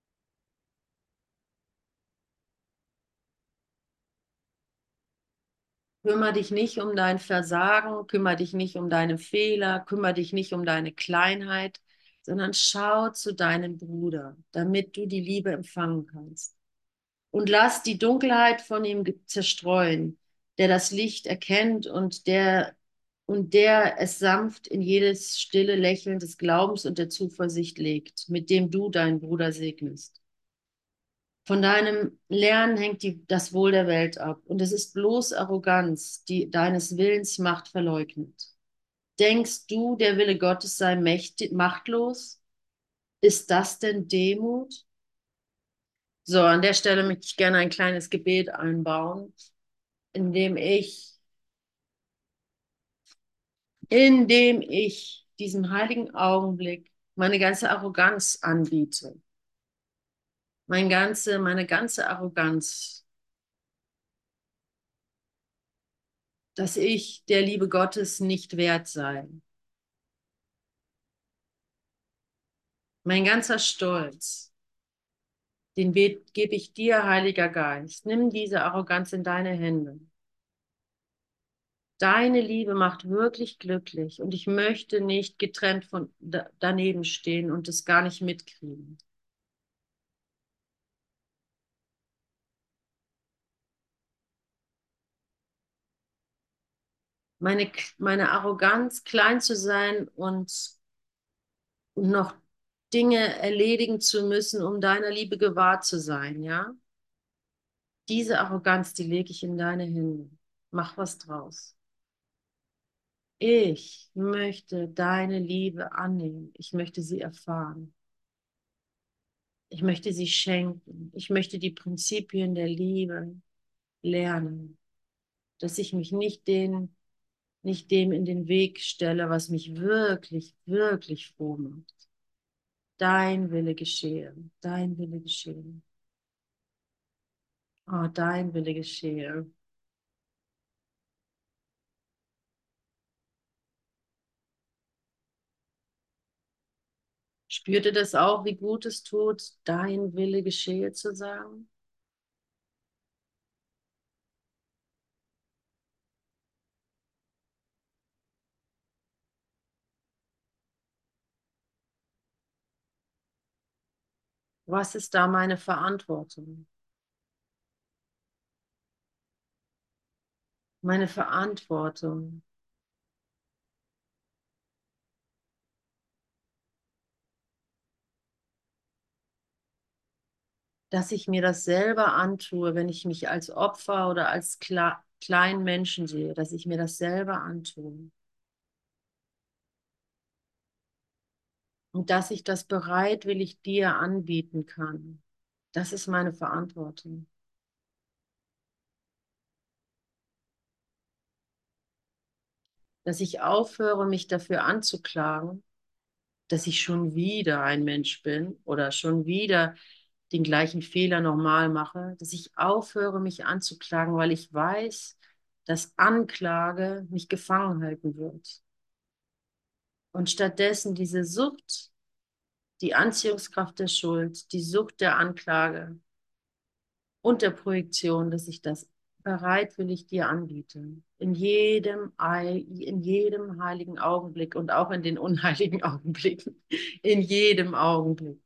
[SPEAKER 1] Kümmer dich nicht um dein Versagen, kümmer dich nicht um deine Fehler, kümmer dich nicht um deine Kleinheit, sondern schau zu deinem Bruder, damit du die Liebe empfangen kannst. Und lass die Dunkelheit von ihm zerstreuen, der das Licht erkennt und der es sanft in jedes stille Lächeln des Glaubens und der Zuversicht legt, mit dem du deinen Bruder segnest. Von deinem Lernen hängt das Wohl der Welt ab. Und es ist bloß Arroganz, die deines Willens Macht verleugnet. Denkst du, der Wille Gottes sei machtlos? Ist das denn Demut? So, an der Stelle möchte ich gerne ein kleines Gebet einbauen, indem ich, indem ich diesem heiligen Augenblick meine ganze Arroganz anbiete. Meine ganze Arroganz, dass ich der Liebe Gottes nicht wert sei. Mein ganzer Stolz, den gebe ich dir, Heiliger Geist. Nimm diese Arroganz in deine Hände. Deine Liebe macht wirklich glücklich und ich möchte nicht getrennt von daneben stehen und es gar nicht mitkriegen. Meine Arroganz, klein zu sein und noch Dinge erledigen zu müssen, um deiner Liebe gewahr zu sein, ja? Diese Arroganz, die lege ich in deine Hände. Mach was draus. Ich möchte deine Liebe annehmen. Ich möchte sie erfahren. Ich möchte sie schenken. Ich möchte die Prinzipien der Liebe lernen, dass ich mich nicht dem in den Weg stelle, was mich wirklich, wirklich froh macht. Dein Wille geschehe, dein Wille geschehe. Oh, dein Wille geschehe. Spürt ihr das auch, wie gut es tut, dein Wille geschehe zu sagen? Was ist da meine Verantwortung? Meine Verantwortung, dass ich mir das selber antue, wenn ich mich als Opfer oder als kleinen Menschen sehe, dass ich mir das selber antue. Und dass ich das bereitwillig dir anbieten kann. Das ist meine Verantwortung. Dass ich aufhöre, mich dafür anzuklagen, dass ich schon wieder ein Mensch bin oder schon wieder den gleichen Fehler nochmal mache, dass ich aufhöre, mich anzuklagen, weil ich weiß, dass Anklage mich gefangen halten wird. Und stattdessen diese Sucht, die Anziehungskraft der Schuld, die Sucht der Anklage und der Projektion, dass ich das bereitwillig dir anbiete. In jedem heiligen Augenblick und auch in den unheiligen Augenblicken. In jedem Augenblick.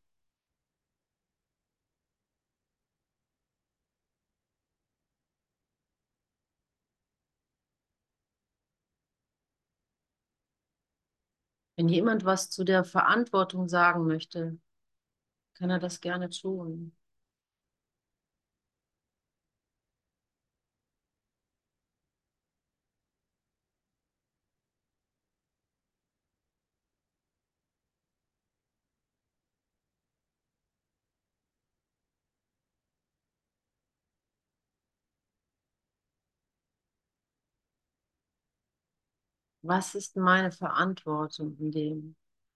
[SPEAKER 1] Wenn jemand was zu der Verantwortung sagen möchte, kann er das gerne tun. Was ist meine Verantwortung in dem?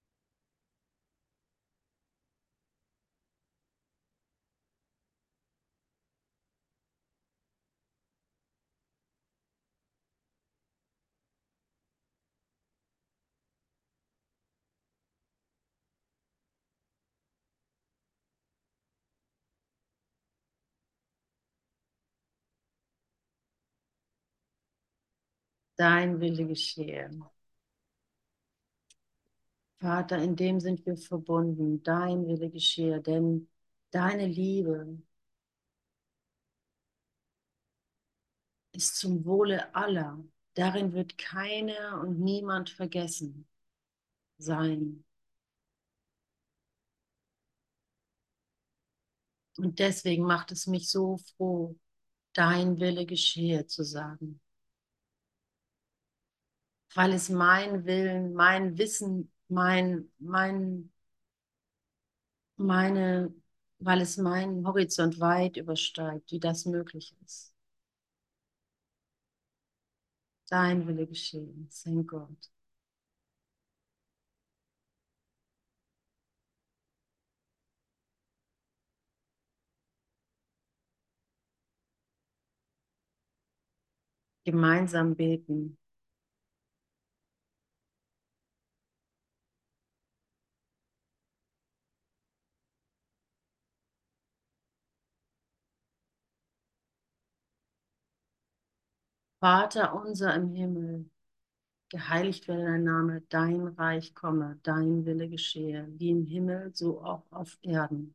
[SPEAKER 1] Dein Wille geschehe. Vater, in dem sind wir verbunden. Dein Wille geschehe, denn deine Liebe ist zum Wohle aller. Darin wird keiner und niemand vergessen sein. Und deswegen macht es mich so froh, dein Wille geschehe zu sagen. Weil es mein Willen, mein Wissen, meine, weil es meinen Horizont weit übersteigt, wie das möglich ist. Dein Wille geschehe. Thank Gott. Gemeinsam beten. Vater unser im Himmel, geheiligt werde dein Name, dein Reich komme, dein Wille geschehe, wie im Himmel, so auch auf Erden.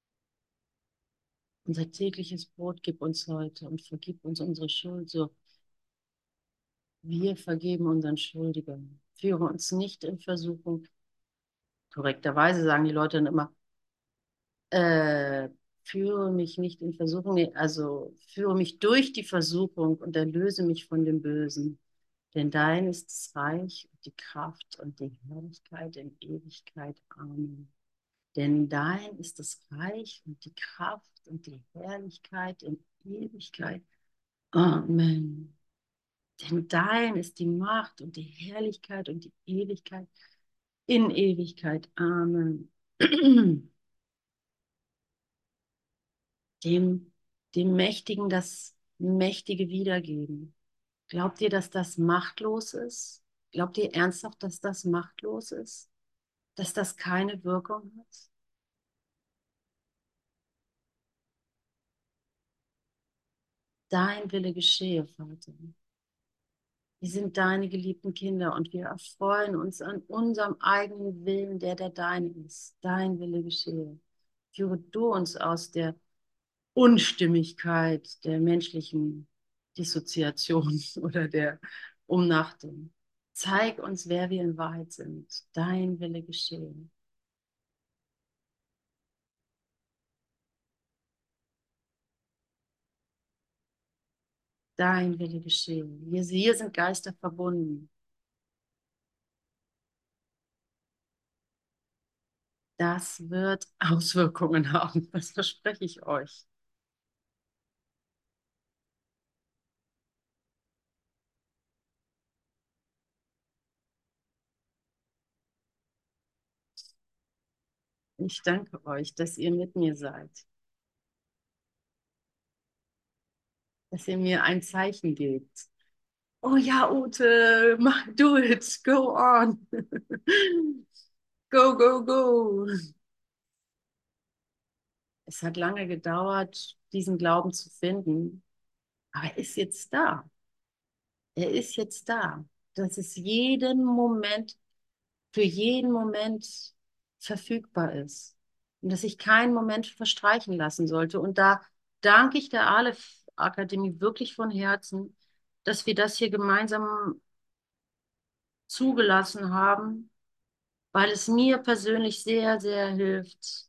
[SPEAKER 1] Unser tägliches Brot gib uns heute und vergib uns unsere Schuld, so wir vergeben unseren Schuldigern. Führe uns nicht in Versuchung. Korrekterweise sagen die Leute dann immer, äh, führe mich nicht in Versuchung, nee, also führe mich durch die Versuchung und erlöse mich von dem Bösen. Denn dein ist das Reich und die Kraft und die Herrlichkeit in Ewigkeit. Amen. Denn dein ist das Reich und die Kraft und die Herrlichkeit in Ewigkeit. Amen. Denn dein ist die Macht und die Herrlichkeit und die Ewigkeit in Ewigkeit. Amen. Dem, dem Mächtigen das Mächtige wiedergeben. Glaubt ihr, dass das machtlos ist? Glaubt ihr ernsthaft, dass das machtlos ist? Dass das keine Wirkung hat? Dein Wille geschehe, Vater. Wir sind deine geliebten Kinder und wir erfreuen uns an unserem eigenen Willen, der deine ist. Dein Wille geschehe. Führe du uns aus der Unstimmigkeit der menschlichen Dissoziation oder der Umnachtung. Zeig uns, wer wir in Wahrheit sind. Dein Wille geschehe. Dein Wille geschehe. Wir hier sind Geister verbunden. Das wird Auswirkungen haben, das verspreche ich euch. Ich danke euch, dass ihr mit mir seid, dass ihr mir ein Zeichen gebt. Oh ja, Ute, do it, go on. Go, go, go. Es hat lange gedauert, diesen Glauben zu finden, aber er ist jetzt da. Er ist jetzt da. Das ist jeden Moment, für jeden Moment verfügbar ist. Und dass ich keinen Moment verstreichen lassen sollte. Und da danke ich der Aleph Akademie wirklich von Herzen, dass wir das hier gemeinsam zugelassen haben, weil es mir persönlich sehr, sehr hilft,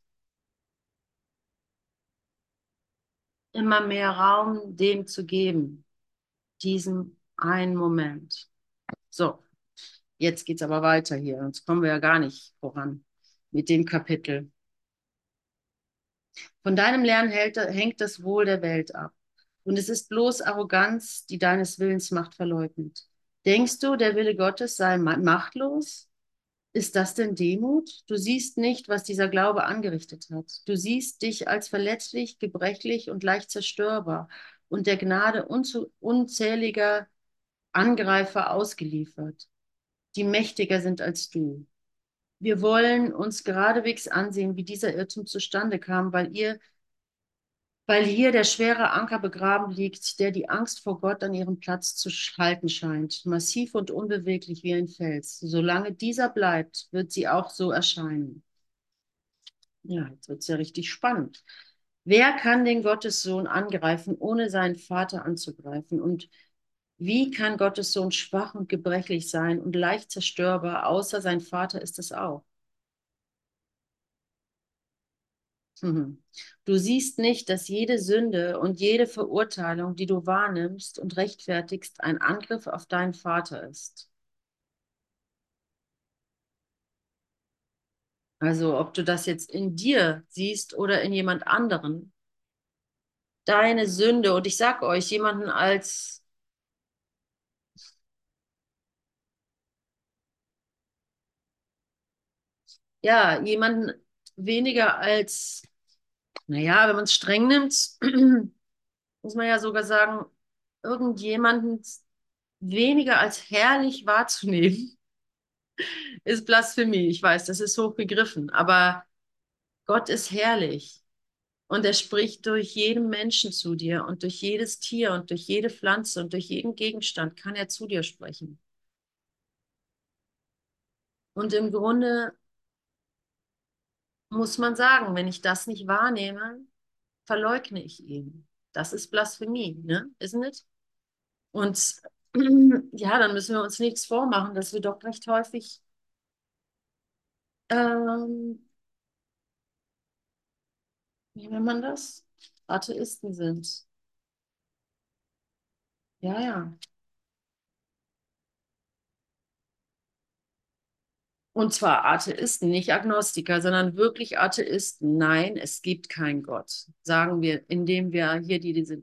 [SPEAKER 1] immer mehr Raum dem zu geben, diesem einen Moment. So, jetzt geht's aber weiter hier, sonst kommen wir ja gar nicht voran mit dem Kapitel. Von deinem Lernen hängt das Wohl der Welt ab. Und es ist bloß Arroganz, die deines Willens Macht verleugnet. Denkst du, der Wille Gottes sei machtlos? Ist das denn Demut? Du siehst nicht, was dieser Glaube angerichtet hat. Du siehst dich als verletzlich, gebrechlich und leicht zerstörbar und der Gnade unzähliger Angreifer ausgeliefert, die mächtiger sind als du. Wir wollen uns geradewegs ansehen, wie dieser Irrtum zustande kam, weil hier der schwere Anker begraben liegt, der die Angst vor Gott an ihrem Platz zu halten scheint, massiv und unbeweglich wie ein Fels. Solange dieser bleibt, wird sie auch so erscheinen. Ja, jetzt wird es ja richtig spannend. Wer kann den Gottessohn angreifen, ohne seinen Vater anzugreifen? Und wie kann Gottes Sohn schwach und gebrechlich sein und leicht zerstörbar, außer sein Vater ist es auch? Mhm. Du siehst nicht, dass jede Sünde und jede Verurteilung, die du wahrnimmst und rechtfertigst, ein Angriff auf deinen Vater ist. Also ob du das jetzt in dir siehst oder in jemand anderen, deine Sünde, und ich sag euch, jemanden als, ja, jemanden weniger als, naja, wenn man es streng nimmt, muss man ja sogar sagen, irgendjemanden weniger als herrlich wahrzunehmen, ist Blasphemie. Ich weiß, das ist hochgegriffen, aber Gott ist herrlich und er spricht durch jeden Menschen zu dir und durch jedes Tier und durch jede Pflanze und durch jeden Gegenstand kann er zu dir sprechen. Und im Grunde muss man sagen, wenn ich das nicht wahrnehme, verleugne ich ihn. Das ist Blasphemie, ne? Isn't it? Und ja, dann müssen wir uns nichts vormachen, dass wir doch recht häufig ähm, wie nennt man das? Atheisten sind. Ja, ja. Und zwar Atheisten, nicht Agnostiker, sondern wirklich Atheisten. Nein, es gibt keinen Gott. Sagen wir, indem wir hier diese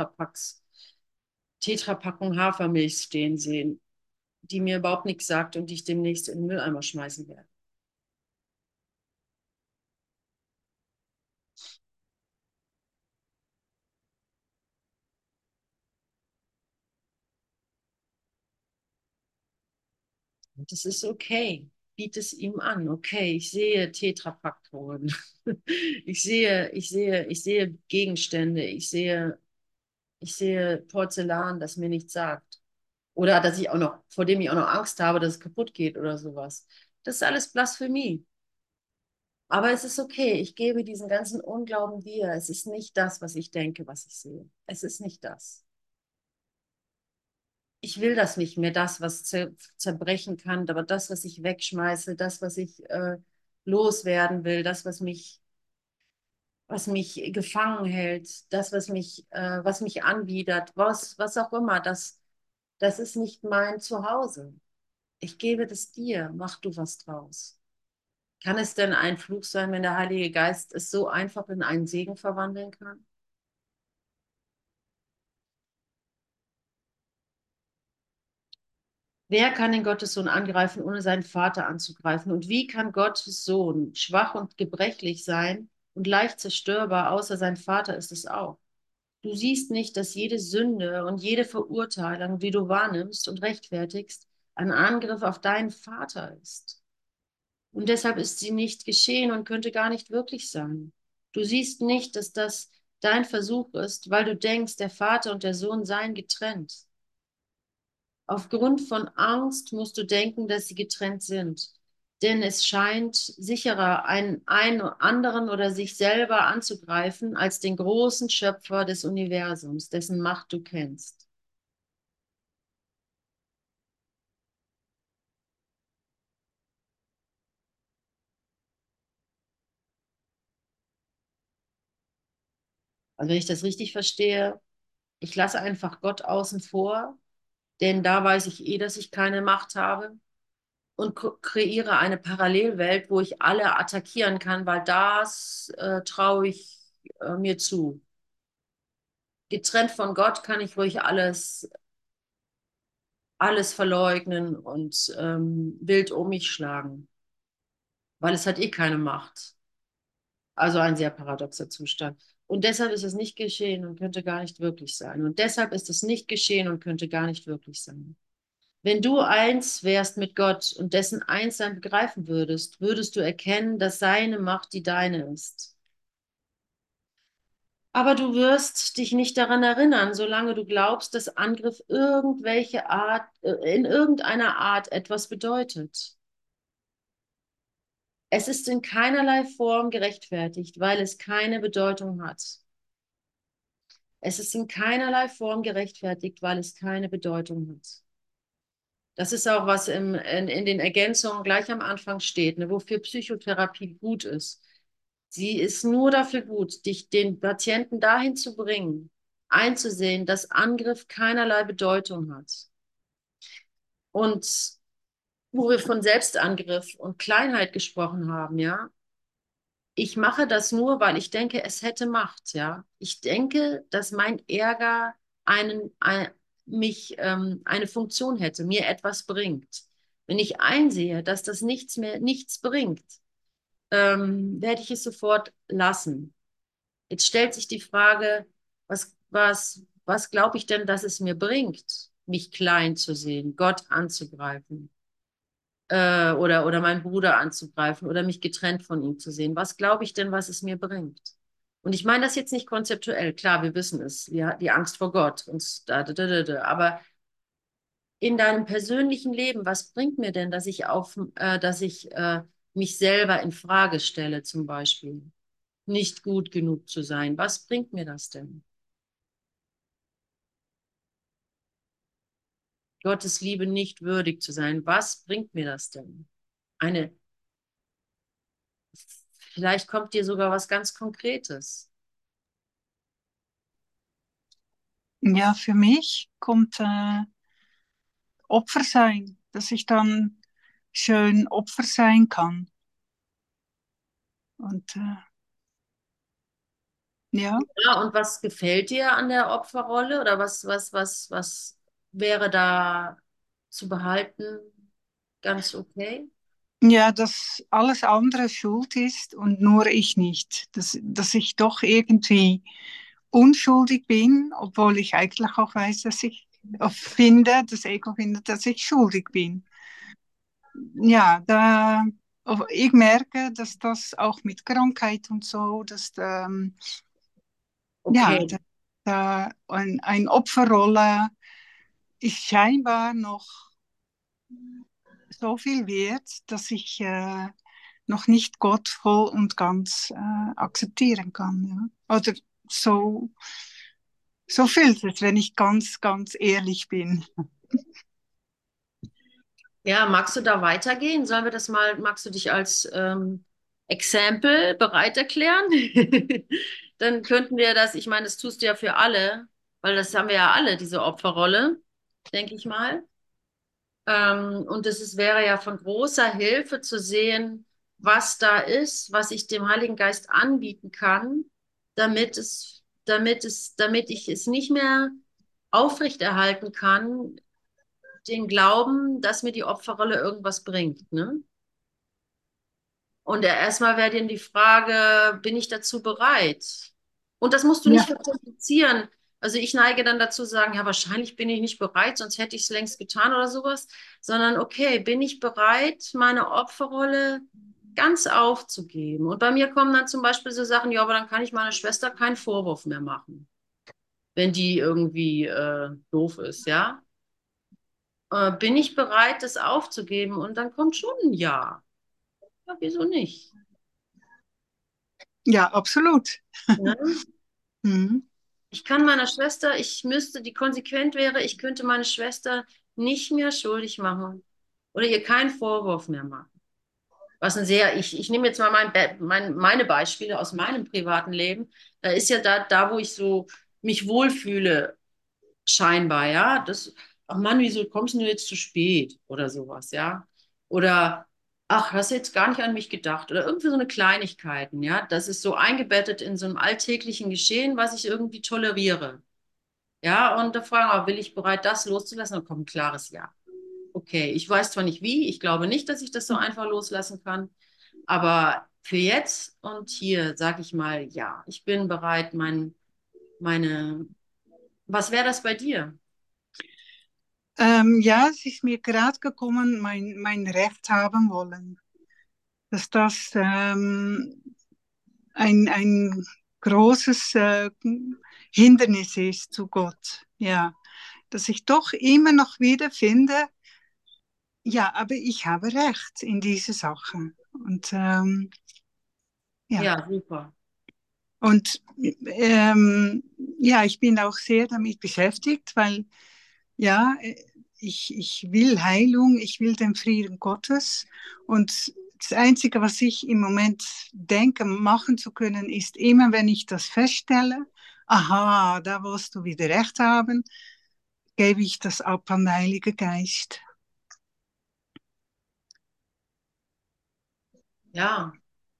[SPEAKER 1] Tetrapackung Hafermilch stehen sehen, die mir überhaupt nichts sagt und die ich demnächst in den Mülleimer schmeißen werde. Und das ist okay. Biete es ihm an. Okay, ich sehe Tetrapaktoren. Ich sehe Gegenstände. Ich sehe Porzellan, das mir nichts sagt. Oder dass ich auch noch, vor dem ich auch noch Angst habe, dass es kaputt geht oder sowas. Das ist alles Blasphemie. Aber es ist okay. Ich gebe diesen ganzen Unglauben dir. Es ist nicht das, was ich denke, was ich sehe. Es ist nicht das. Ich will das nicht mehr, das, was zerbrechen kann, aber das, was ich wegschmeiße, das, was ich loswerden will, das, was mich gefangen hält, das, was mich anwidert, was auch immer, das ist nicht mein Zuhause. Ich gebe das dir, mach du was draus. Kann es denn ein Fluch sein, wenn der Heilige Geist es so einfach in einen Segen verwandeln kann? Wer kann den Gottessohn angreifen, ohne seinen Vater anzugreifen? Und wie kann Gottes Sohn schwach und gebrechlich sein und leicht zerstörbar, außer sein Vater ist es auch? Du siehst nicht, dass jede Sünde und jede Verurteilung, die du wahrnimmst und rechtfertigst, ein Angriff auf deinen Vater ist. Und deshalb ist sie nicht geschehen und könnte gar nicht wirklich sein. Du siehst nicht, dass das dein Versuch ist, weil du denkst, der Vater und der Sohn seien getrennt. Aufgrund von Angst musst du denken, dass sie getrennt sind. Denn es scheint sicherer, einen anderen oder sich selber anzugreifen, als den großen Schöpfer des Universums, dessen Macht du kennst. Also wenn ich das richtig verstehe, ich lasse einfach Gott außen vor, denn da weiß ich eh, dass ich keine Macht habe und kreiere eine Parallelwelt, wo ich alle attackieren kann, weil das traue ich mir zu. Getrennt von Gott kann ich ruhig alles verleugnen und wild um mich schlagen, weil es hat eh keine Macht. Also ein sehr paradoxer Zustand. Und deshalb ist es nicht geschehen und könnte gar nicht wirklich sein. Und deshalb ist es nicht geschehen und könnte gar nicht wirklich sein. Wenn du eins wärst mit Gott und dessen Einssein begreifen würdest, würdest du erkennen, dass seine Macht die deine ist. Aber du wirst dich nicht daran erinnern, solange du glaubst, dass Angriff in irgendeiner Art etwas bedeutet. Es ist in keinerlei Form gerechtfertigt, weil es keine Bedeutung hat. Es ist in keinerlei Form gerechtfertigt, weil es keine Bedeutung hat. Das ist auch, was in den Ergänzungen gleich am Anfang steht, ne, wofür Psychotherapie gut ist. Sie ist nur dafür gut, dich den Patienten dahin zu bringen, einzusehen, dass Angriff keinerlei Bedeutung hat. Und wo wir von Selbstangriff und Kleinheit gesprochen haben, ja, ich mache das nur, weil ich denke, es hätte Macht, ja. Ich denke, dass mein Ärger eine Funktion hätte, mir etwas bringt. Wenn ich einsehe, dass das nichts bringt, werde ich es sofort lassen. Jetzt stellt sich die Frage, was glaube ich denn, dass es mir bringt, mich klein zu sehen, Gott anzugreifen? Oder meinen Bruder anzugreifen oder mich getrennt von ihm zu sehen. Was glaube ich denn, was es mir bringt? Und ich meine das jetzt nicht konzeptuell. Klar, wir wissen es. Die Angst vor Gott. Aber in deinem persönlichen Leben, was bringt mir denn, dass ich mich selber in Frage stelle, zum Beispiel? Nicht gut genug zu sein. Was bringt mir das denn? Gottes Liebe nicht würdig zu sein. Was bringt mir das denn? Eine Vielleicht kommt dir sogar was ganz Konkretes.
[SPEAKER 4] Ja, für mich kommt Opfer sein, dass ich dann schön Opfer sein kann. Und ja,
[SPEAKER 1] Ja, und was gefällt dir an der Opferrolle oder was wäre da zu behalten ganz okay?
[SPEAKER 4] ja, dass alles andere schuld ist und nur ich nicht. Dass ich doch irgendwie unschuldig bin, obwohl ich eigentlich auch weiß, dass ich finde, das Ego findet, dass ich schuldig bin. Ja, ich merke, dass das auch mit Krankheit und so, dass ja,
[SPEAKER 1] Okay,
[SPEAKER 4] ein Opferrolle ist scheinbar noch so viel wert, dass ich noch nicht Gott voll und ganz akzeptieren kann. Ja? Oder so, so fühlt es, wenn ich ganz, ganz ehrlich bin.
[SPEAKER 1] ja, magst du da weitergehen? Sollen wir das mal, magst du dich als Example bereit erklären? Dann könnten wir das, ich meine, das tust du ja für alle, weil das haben wir ja alle, diese Opferrolle, denke ich mal. Und wäre ja von großer Hilfe zu sehen, was da ist, was ich dem Heiligen Geist anbieten kann, damit ich es nicht mehr aufrechterhalten kann, den Glauben, dass mir die Opferrolle irgendwas bringt, ne? Und erstmal wäre dann die Frage, bin ich dazu bereit? Und das musst du nicht
[SPEAKER 4] Ja,
[SPEAKER 1] verkomplizieren. Also ich neige dann dazu zu sagen, ja, wahrscheinlich bin ich nicht bereit, sonst hätte ich es längst getan oder sowas, sondern okay, bin ich bereit, meine Opferrolle ganz aufzugeben? Und bei mir kommen dann zum Beispiel so Sachen, ja, aber dann kann ich meiner Schwester keinen Vorwurf mehr machen, wenn die irgendwie doof ist, ja? Bin ich bereit, das aufzugeben? Und dann kommt schon ein Ja. Ja, wieso nicht?
[SPEAKER 4] ja, absolut.
[SPEAKER 1] Ja?
[SPEAKER 4] Mhm.
[SPEAKER 1] Ich kann meiner Schwester, die konsequent wäre, ich könnte meine Schwester nicht mehr schuldig machen oder ihr keinen Vorwurf mehr machen. Was ein sehr, ich nehme jetzt mal meine Beispiele aus meinem privaten Leben. Da ist ja da, wo ich so mich wohlfühle, scheinbar, ja. Ach Mann, wieso kommst du jetzt zu spät oder sowas, ja? Oder, ach, hast du jetzt gar nicht an mich gedacht oder irgendwie so eine Kleinigkeiten, ja. Das ist so eingebettet in so einem alltäglichen Geschehen, was ich irgendwie toleriere. Ja, und da fragen wir, will ich bereit, das loszulassen? Dann kommt ein klares Ja. Okay, ich weiß zwar nicht wie, ich glaube nicht, dass ich das so einfach loslassen kann, aber für jetzt und hier sage ich mal, ja, ich bin bereit, meine, was wäre das bei dir?
[SPEAKER 4] Ja, es ist mir gerade gekommen, mein Recht haben wollen. Dass das ein großes Hindernis ist zu Gott. Ja, dass ich doch immer noch wieder finde, ja, aber ich habe Recht in diese Sache. Und ja,
[SPEAKER 1] Ja, super.
[SPEAKER 4] und ja, ich bin auch sehr damit beschäftigt, weil ja, ich will Heilung, ich will den Frieden Gottes. Und das Einzige, was ich im Moment denke, machen zu können, ist immer, wenn ich das feststelle, aha, da wirst du wieder recht haben, gebe ich das ab an den Heiligen Geist.
[SPEAKER 1] Ja.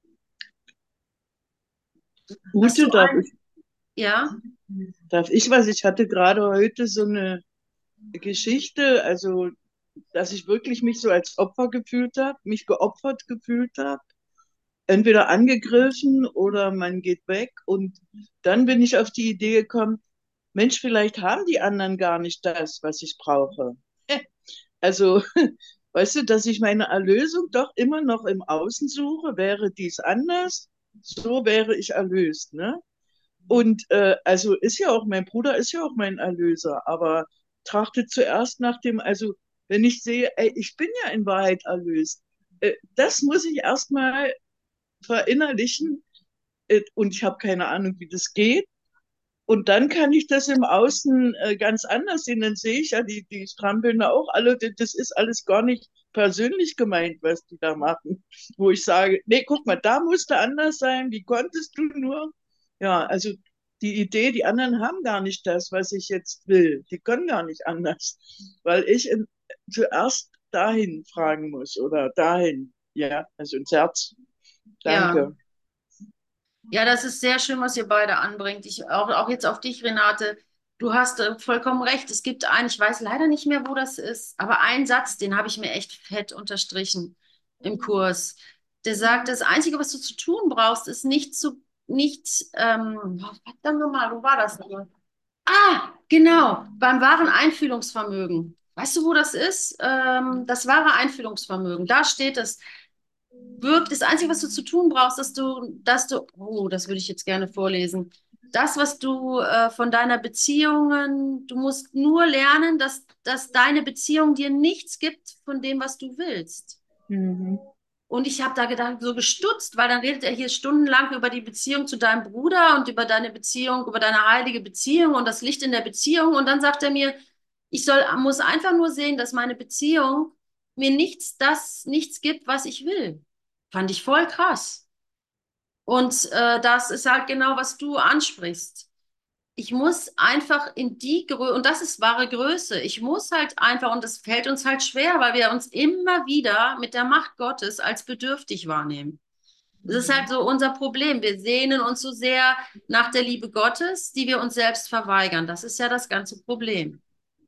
[SPEAKER 1] Hast du
[SPEAKER 5] Ute,
[SPEAKER 1] ja?
[SPEAKER 5] darf ich was? Ich hatte gerade heute so eine Geschichte, also dass ich wirklich mich so als Opfer gefühlt habe, mich geopfert gefühlt habe, entweder angegriffen oder man geht weg. Und dann bin ich auf die Idee gekommen, Mensch, vielleicht haben die anderen gar nicht das, was ich brauche. Also, weißt du, dass ich meine Erlösung doch immer noch im Außen suche, wäre dies anders, so wäre ich erlöst, ne? Und also ist ja auch, mein Bruder ist ja auch mein Erlöser, aber trachte zuerst nach dem, also wenn ich sehe, ey, ich bin ja in Wahrheit erlöst, das muss ich erstmal verinnerlichen und ich habe keine Ahnung, wie das geht. Und dann kann ich das im Außen ganz anders sehen. Dann sehe ich ja, die strampeln da auch alle, das ist alles gar nicht persönlich gemeint, was die da machen. Wo ich sage, nee, guck mal, da musste anders sein, wie konntest du nur? Ja, also die Idee, die anderen haben gar nicht das, was ich jetzt will. Die können gar nicht anders, weil ich zuerst dahin fragen muss oder dahin. Ja, also ins Herz.
[SPEAKER 1] Ja.
[SPEAKER 5] Danke.
[SPEAKER 1] Ja, das ist sehr schön, was ihr beide anbringt. Auch jetzt auf dich, Renate. Du hast vollkommen recht. Es gibt einen, ich weiß leider nicht mehr, wo das ist, aber einen Satz, den habe ich mir echt fett unterstrichen im Kurs. Der sagt, das Einzige, was du zu tun brauchst, ist verdammt nochmal, wo war das nochmal? Ah, genau, beim wahren Einfühlungsvermögen. Weißt du, wo das ist? Das wahre Einfühlungsvermögen. Da steht es. Das Einzige, was du zu tun brauchst, oh, das würde ich jetzt gerne vorlesen. Das, was du von deiner Beziehungen, du musst nur lernen, dass deine Beziehung dir nichts gibt von dem, was du willst.
[SPEAKER 5] Mhm.
[SPEAKER 1] Und ich habe da gedacht, so gestutzt, weil dann redet er hier stundenlang über die Beziehung zu deinem Bruder und über deine Beziehung, über deine heilige Beziehung und das Licht in der Beziehung. Und dann sagt er mir, muss einfach nur sehen, dass meine Beziehung mir nichts gibt, was ich will. Fand ich voll krass. Und das ist halt genau, was du ansprichst. Ich muss einfach in die Größe, und das ist wahre Größe, ich muss halt einfach, und das fällt uns halt schwer, weil wir uns immer wieder mit der Macht Gottes als bedürftig wahrnehmen. Das ist halt so unser Problem. Wir sehnen uns so sehr nach der Liebe Gottes, die wir uns selbst verweigern. Das ist ja das ganze Problem.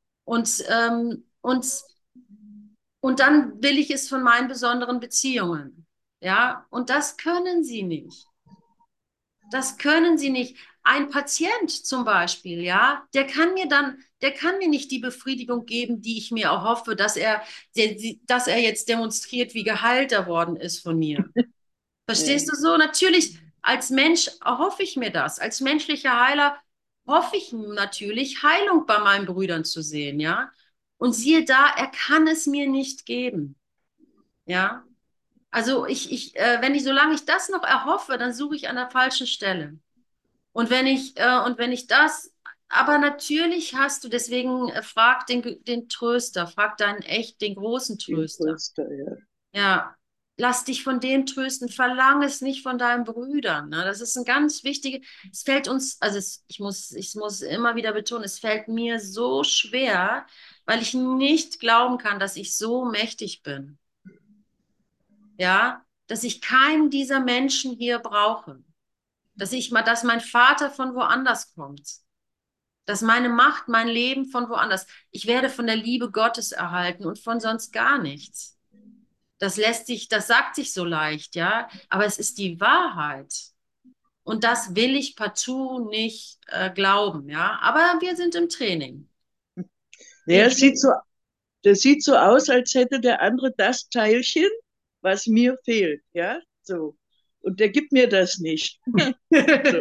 [SPEAKER 1] Und dann will ich es von meinen besonderen Beziehungen. Ja, und das können sie nicht. Das können sie nicht. Ein Patient zum Beispiel, ja, der kann mir nicht die Befriedigung geben, die ich mir erhoffe, dass er jetzt demonstriert, wie geheilt er worden ist von mir. Verstehst du so? Natürlich, als Mensch erhoffe ich mir das. Als menschlicher Heiler hoffe ich natürlich, Heilung bei meinen Brüdern zu sehen, ja. Und siehe da, er kann es mir nicht geben, ja. Also solange ich das noch erhoffe, dann suche ich an der falschen Stelle. Und wenn ich das, aber natürlich hast du, deswegen frag den Tröster, frag den großen
[SPEAKER 5] Den
[SPEAKER 1] Tröster.
[SPEAKER 5] Tröster, ja.
[SPEAKER 1] Ja, lass dich von dem trösten, verlang es nicht von deinen Brüdern. Ne? Das ist ein ganz wichtiges, es fällt uns, ich muss immer wieder betonen, es fällt mir so schwer, weil ich nicht glauben kann, dass ich so mächtig bin. Ja, dass ich keinen dieser Menschen hier brauche. Dass mein Vater von woanders kommt. Dass meine Macht, mein Leben von woanders. Ich werde von der Liebe Gottes erhalten und von sonst gar nichts. Das sagt sich so leicht, ja, aber es ist die Wahrheit. Und das will ich partout nicht glauben, ja. Aber wir sind im Training.
[SPEAKER 5] Ja, das sieht so aus, als hätte der andere das Teilchen, was mir fehlt, ja, so. Und der gibt mir das nicht. So.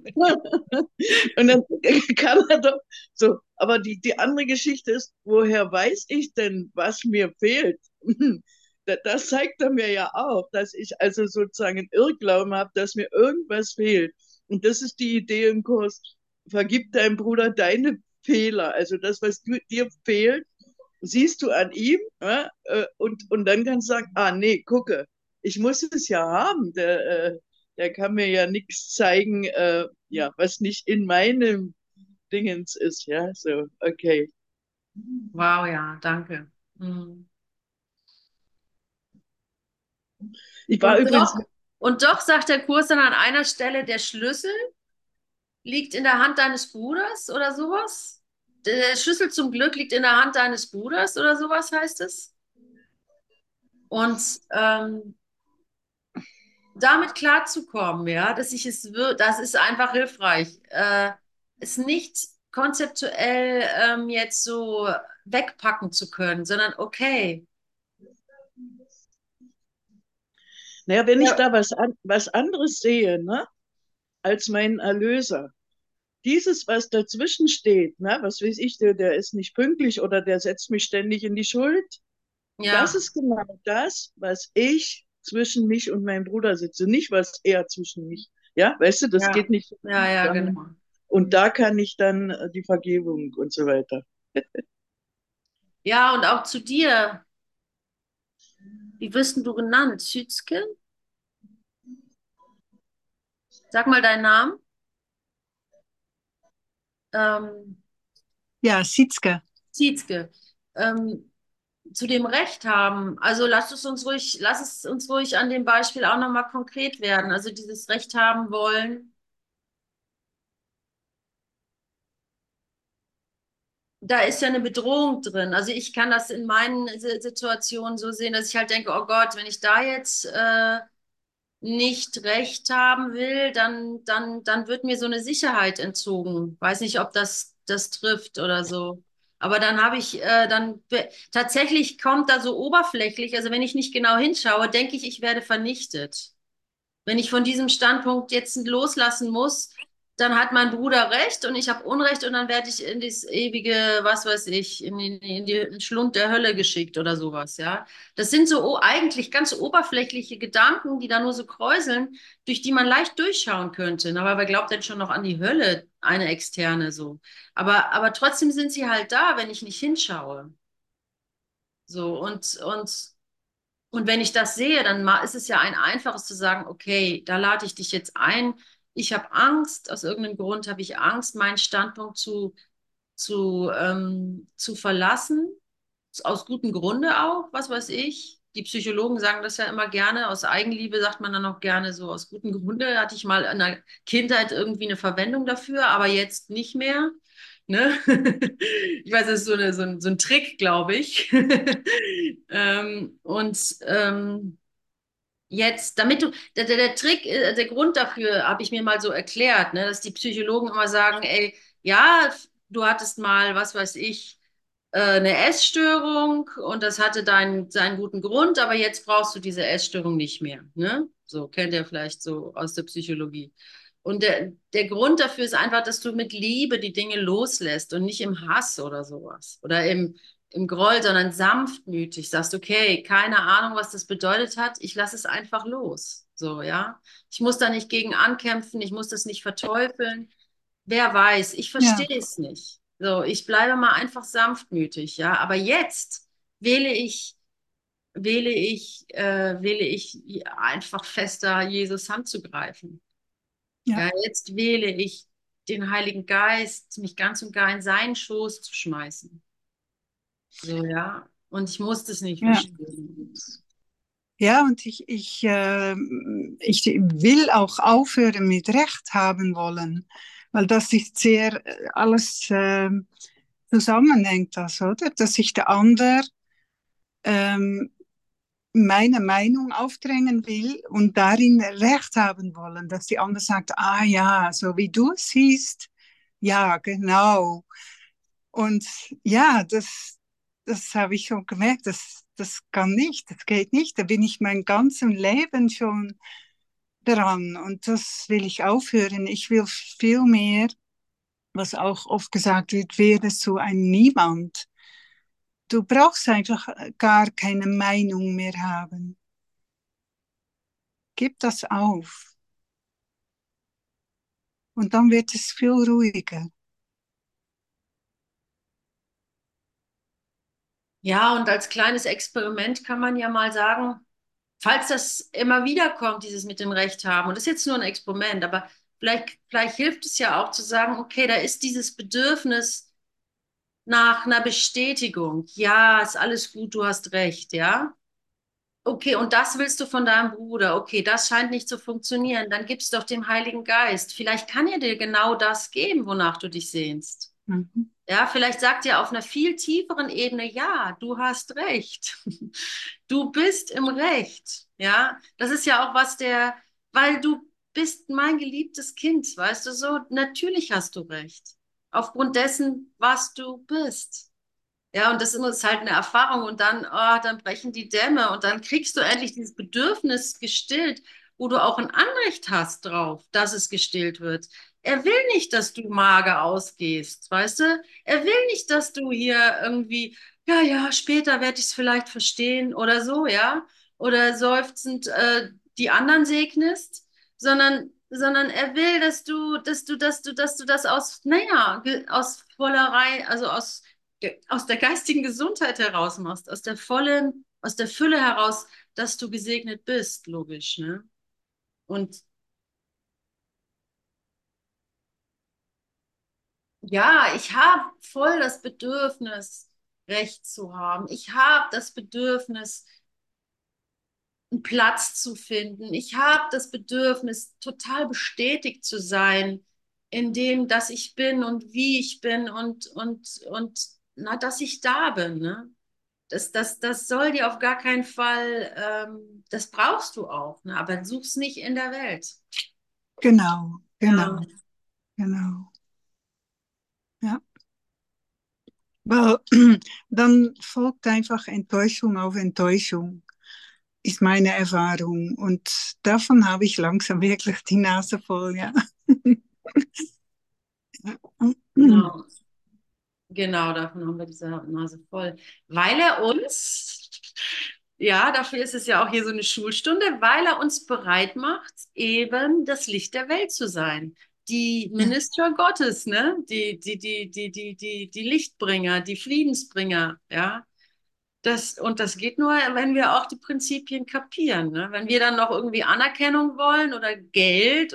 [SPEAKER 5] Und dann kann er doch so. Aber die andere Geschichte ist, woher weiß ich denn, was mir fehlt? Das zeigt er mir ja auch, dass ich also sozusagen einen Irrglauben habe, dass mir irgendwas fehlt. Und das ist die Idee im Kurs. Vergib deinem Bruder deine Fehler. Also das, was dir fehlt, siehst du an ihm, ja, und dann kannst du sagen, ah nee, gucke, ich muss es ja haben. Der kann mir ja nichts zeigen, ja, was nicht in meinem Dingens ist. Ja, so, okay.
[SPEAKER 1] Wow, ja, danke. Mhm.
[SPEAKER 5] Ich war
[SPEAKER 1] Und
[SPEAKER 5] übrigens,
[SPEAKER 1] doch, und doch sagt der Kurs dann an einer Stelle, der Schlüssel liegt in der Hand deines Bruders oder sowas. Der Schlüssel zum Glück liegt in der Hand deines Bruders oder sowas heißt es. Und damit klarzukommen, ja, das ist einfach hilfreich. Es nicht konzeptuell jetzt so wegpacken zu können, sondern okay.
[SPEAKER 5] naja, wenn ich
[SPEAKER 1] Ja,
[SPEAKER 5] da was anderes sehe, ne, als mein Erlöser, dieses, was dazwischen steht, ne, was weiß ich, der ist nicht pünktlich oder der setzt mich ständig in die Schuld, das
[SPEAKER 1] ja,
[SPEAKER 5] ist genau das, was ich zwischen mich und meinem Bruder sitze, nicht was er zwischen mich. Ja, weißt du, das
[SPEAKER 1] ja,
[SPEAKER 5] geht nicht
[SPEAKER 1] ja,
[SPEAKER 5] zusammen.
[SPEAKER 1] genau.
[SPEAKER 5] Und da kann ich dann die Vergebung und so weiter.
[SPEAKER 1] Ja, und auch zu dir. Wie wirst denn du genannt? Sützke? Sag mal deinen Namen. Ähm,
[SPEAKER 4] Ja, Sitzke.
[SPEAKER 1] Zietzke. Ähm, zu dem Recht haben. Also lass es uns ruhig an dem Beispiel auch nochmal konkret werden. Also dieses Recht haben wollen. Da ist ja eine Bedrohung drin. Also ich kann das in meinen Situationen so sehen, dass ich halt denke, oh Gott, wenn ich da jetzt nicht recht haben will, dann wird mir so eine Sicherheit entzogen. Weiß nicht, ob das trifft oder so. Aber dann habe ich, tatsächlich kommt da so oberflächlich, also wenn ich nicht genau hinschaue, denke ich, ich werde vernichtet. Wenn ich von diesem Standpunkt jetzt loslassen muss, dann hat mein Bruder Recht und ich habe Unrecht und dann werde ich in das ewige, was weiß ich, in den Schlund der Hölle geschickt oder sowas, ja. Das sind so eigentlich ganz oberflächliche Gedanken, die da nur so kräuseln, durch die man leicht durchschauen könnte. Aber wer glaubt denn schon noch an die Hölle, eine externe so? Aber trotzdem sind sie halt da, wenn ich nicht hinschaue. So, und wenn ich das sehe, dann ist es ja ein einfaches zu sagen, okay, da lade ich dich jetzt ein. Ich habe Angst, aus irgendeinem Grund habe ich Angst, meinen Standpunkt zu verlassen. Aus gutem Grunde auch, was weiß ich. Die Psychologen sagen das ja immer gerne. Aus Eigenliebe sagt man dann auch gerne so, aus gutem Grunde hatte ich mal in der Kindheit irgendwie eine Verwendung dafür, aber jetzt nicht mehr. Ne? Ich weiß, das ist so ein Trick, glaube ich. Und jetzt, der Trick, der Grund dafür habe ich mir mal so erklärt, ne, dass die Psychologen immer sagen, ey, ja, du hattest mal, was weiß ich, eine Essstörung und das hatte seinen guten Grund, aber jetzt brauchst du diese Essstörung nicht mehr. Ne? So kennt ihr vielleicht so aus der Psychologie. Und der Grund dafür ist einfach, dass du mit Liebe die Dinge loslässt und nicht im Hass oder sowas oder im Groll, sondern sanftmütig sagst, okay, keine Ahnung, was das bedeutet hat, ich lasse es einfach los. So, ja. Ich muss da nicht gegen ankämpfen, ich muss das nicht verteufeln. Wer weiß, ich
[SPEAKER 4] Ja,
[SPEAKER 1] verstehe es nicht. So, ich bleibe mal einfach sanftmütig, ja. Aber jetzt wähle ich, wähle ich einfach fester, Jesus Hand zu greifen.
[SPEAKER 4] ja,
[SPEAKER 1] Ja, jetzt wähle ich den Heiligen Geist, mich ganz und gar in seinen Schoß zu schmeißen. So, ja. Und ich muss das nicht
[SPEAKER 4] ja.
[SPEAKER 1] verstehen.
[SPEAKER 4] Ja, und ich will auch aufhören mit Recht haben wollen, weil das ist sehr alles zusammenhängt, das, oder? Dass sich der andere ähm, meine Meinung aufdrängen will und darin Recht haben wollen, dass die andere sagt, ah ja, so wie du es siehst, ja, genau. Und ja, das habe ich schon gemerkt, das kann nicht, das geht nicht. Da bin ich mein ganzes Leben schon dran und das will ich aufhören. Ich will viel mehr, was auch oft gesagt wird, werde so ein Niemand. Du brauchst einfach gar keine Meinung mehr haben. Gib das auf und dann wird es viel ruhiger.
[SPEAKER 1] Ja, und als kleines Experiment kann man ja mal sagen, falls das immer wieder kommt, dieses mit dem Recht haben, und das ist jetzt nur ein Experiment, aber vielleicht hilft es ja auch zu sagen, okay, da ist dieses Bedürfnis nach einer Bestätigung. Ja, ist alles gut, du hast recht, ja. Okay, und das willst du von deinem Bruder. Okay, das scheint nicht zu funktionieren. Dann gib's doch dem Heiligen Geist. Vielleicht kann er dir genau das geben, wonach du dich sehnst.
[SPEAKER 4] Mhm.
[SPEAKER 1] Ja, vielleicht sagt er auf einer viel tieferen Ebene, ja, du hast recht. Du bist im Recht. Ja, das ist ja auch weil du bist mein geliebtes Kind, weißt du so, natürlich hast du recht. Aufgrund dessen, was du bist. Ja, und das ist halt eine Erfahrung und dann brechen die Dämme und dann kriegst du endlich dieses Bedürfnis gestillt, wo du auch ein Anrecht hast drauf, dass es gestillt wird. Er will nicht, dass du mager ausgehst, weißt du? Er will nicht, dass du hier irgendwie, ja, ja, später werde ich es vielleicht verstehen oder so, ja? Oder seufzend die anderen segnest, sondern er will, dass du das aus, naja, aus Vollerei, also aus der geistigen Gesundheit heraus machst, aus der Fülle heraus, dass du gesegnet bist, logisch, ne? Und ja, ich habe voll das Bedürfnis, Recht zu haben. Ich habe das Bedürfnis, einen Platz zu finden. Ich habe das Bedürfnis, total bestätigt zu sein in dem, dass ich bin und wie ich bin und na, dass ich da bin. Ne? Das soll dir auf gar keinen Fall, das brauchst du auch, ne? Aber such's nicht in der Welt.
[SPEAKER 4] Genau,
[SPEAKER 1] Ja,
[SPEAKER 4] genau, genau. Ja. Weil dann folgt einfach Enttäuschung auf Enttäuschung, ist meine Erfahrung. Und davon habe ich langsam wirklich die Nase voll, ja.
[SPEAKER 1] genau. Genau, davon haben wir diese Nase voll. Weil er uns, ja, dafür ist es ja auch hier so eine Schulstunde, weil er uns bereit macht, eben das Licht der Welt zu sein. Die
[SPEAKER 4] Ja,
[SPEAKER 1] Minister Gottes, ne? Die Lichtbringer, die Friedensbringer, ja. Und das geht nur, wenn wir auch die Prinzipien kapieren. Ne? Wenn wir dann noch irgendwie Anerkennung wollen oder Geld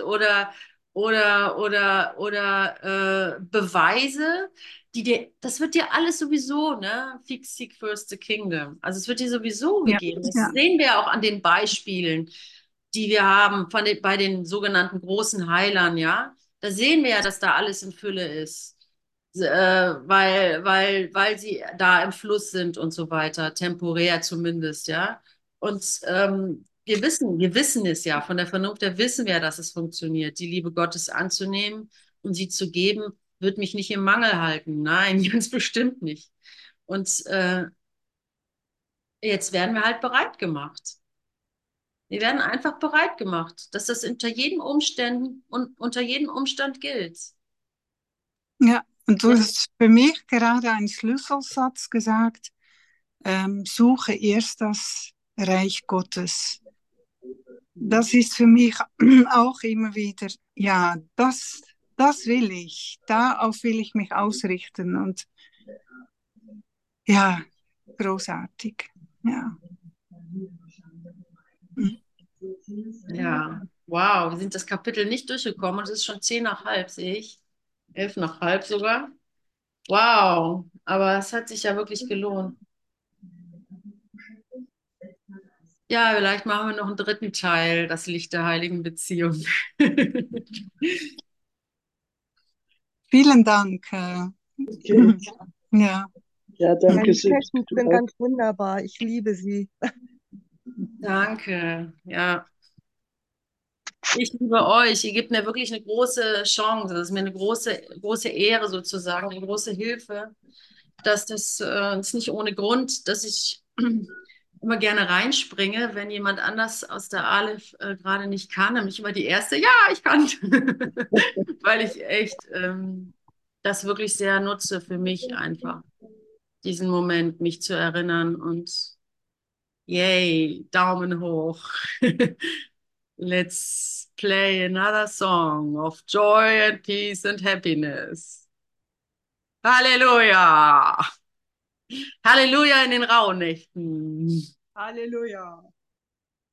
[SPEAKER 1] oder Beweise, das wird dir alles sowieso, ne? Seek first the kingdom. Also es wird dir sowieso
[SPEAKER 4] ja,
[SPEAKER 1] gegeben. Das
[SPEAKER 4] ja,
[SPEAKER 1] sehen wir auch an den Beispielen, die wir haben bei den sogenannten großen Heilern, ja. Da sehen wir ja, dass da alles in Fülle ist, weil sie da im Fluss sind und so weiter, temporär zumindest, ja. Und wir wissen es ja, von der Vernunft her wissen wir, dass es funktioniert, die Liebe Gottes anzunehmen und sie zu geben, wird mich nicht im Mangel halten. Nein, ganz bestimmt nicht. Und jetzt werden wir halt bereit gemacht. Wir werden einfach bereit gemacht, dass das unter jeden Umständen und unter jedem Umstand gilt.
[SPEAKER 4] ja. Und du
[SPEAKER 1] Ja,
[SPEAKER 4] hast für mich gerade einen Schlüsselsatz gesagt, suche erst das Reich Gottes. Das ist für mich auch immer wieder, ja, das will ich, darauf will ich mich ausrichten und ja, großartig. Ja. Mhm.
[SPEAKER 1] ja. Wow, wir sind das Kapitel nicht durchgekommen und es ist schon 10 nach halb, sehe ich. 11 nach halb sogar. Wow, aber es hat sich ja wirklich gelohnt. Ja, vielleicht machen wir noch einen dritten Teil, das Licht der heiligen Beziehung.
[SPEAKER 4] Vielen Dank.
[SPEAKER 5] Okay.
[SPEAKER 4] Ja,
[SPEAKER 5] Ja,
[SPEAKER 2] Ja,
[SPEAKER 5] danke
[SPEAKER 2] die
[SPEAKER 5] schön.
[SPEAKER 2] Sessions sind ganz wunderbar. Ich liebe sie.
[SPEAKER 1] Danke, ja. Ich liebe euch. Ihr gebt mir wirklich eine große Chance. Das ist mir eine große Ehre sozusagen, eine große Hilfe, dass das ist nicht ohne Grund, dass ich immer gerne reinspringe, wenn jemand anders aus der Aleph gerade nicht kann, nämlich immer die Erste, ja, ich kann, weil ich echt das wirklich sehr nutze für mich einfach, diesen Moment, mich zu erinnern und yay, Daumen hoch. Let's play another song of joy and peace and happiness. Halleluja! Halleluja in den Rauhnächten.
[SPEAKER 4] Halleluja.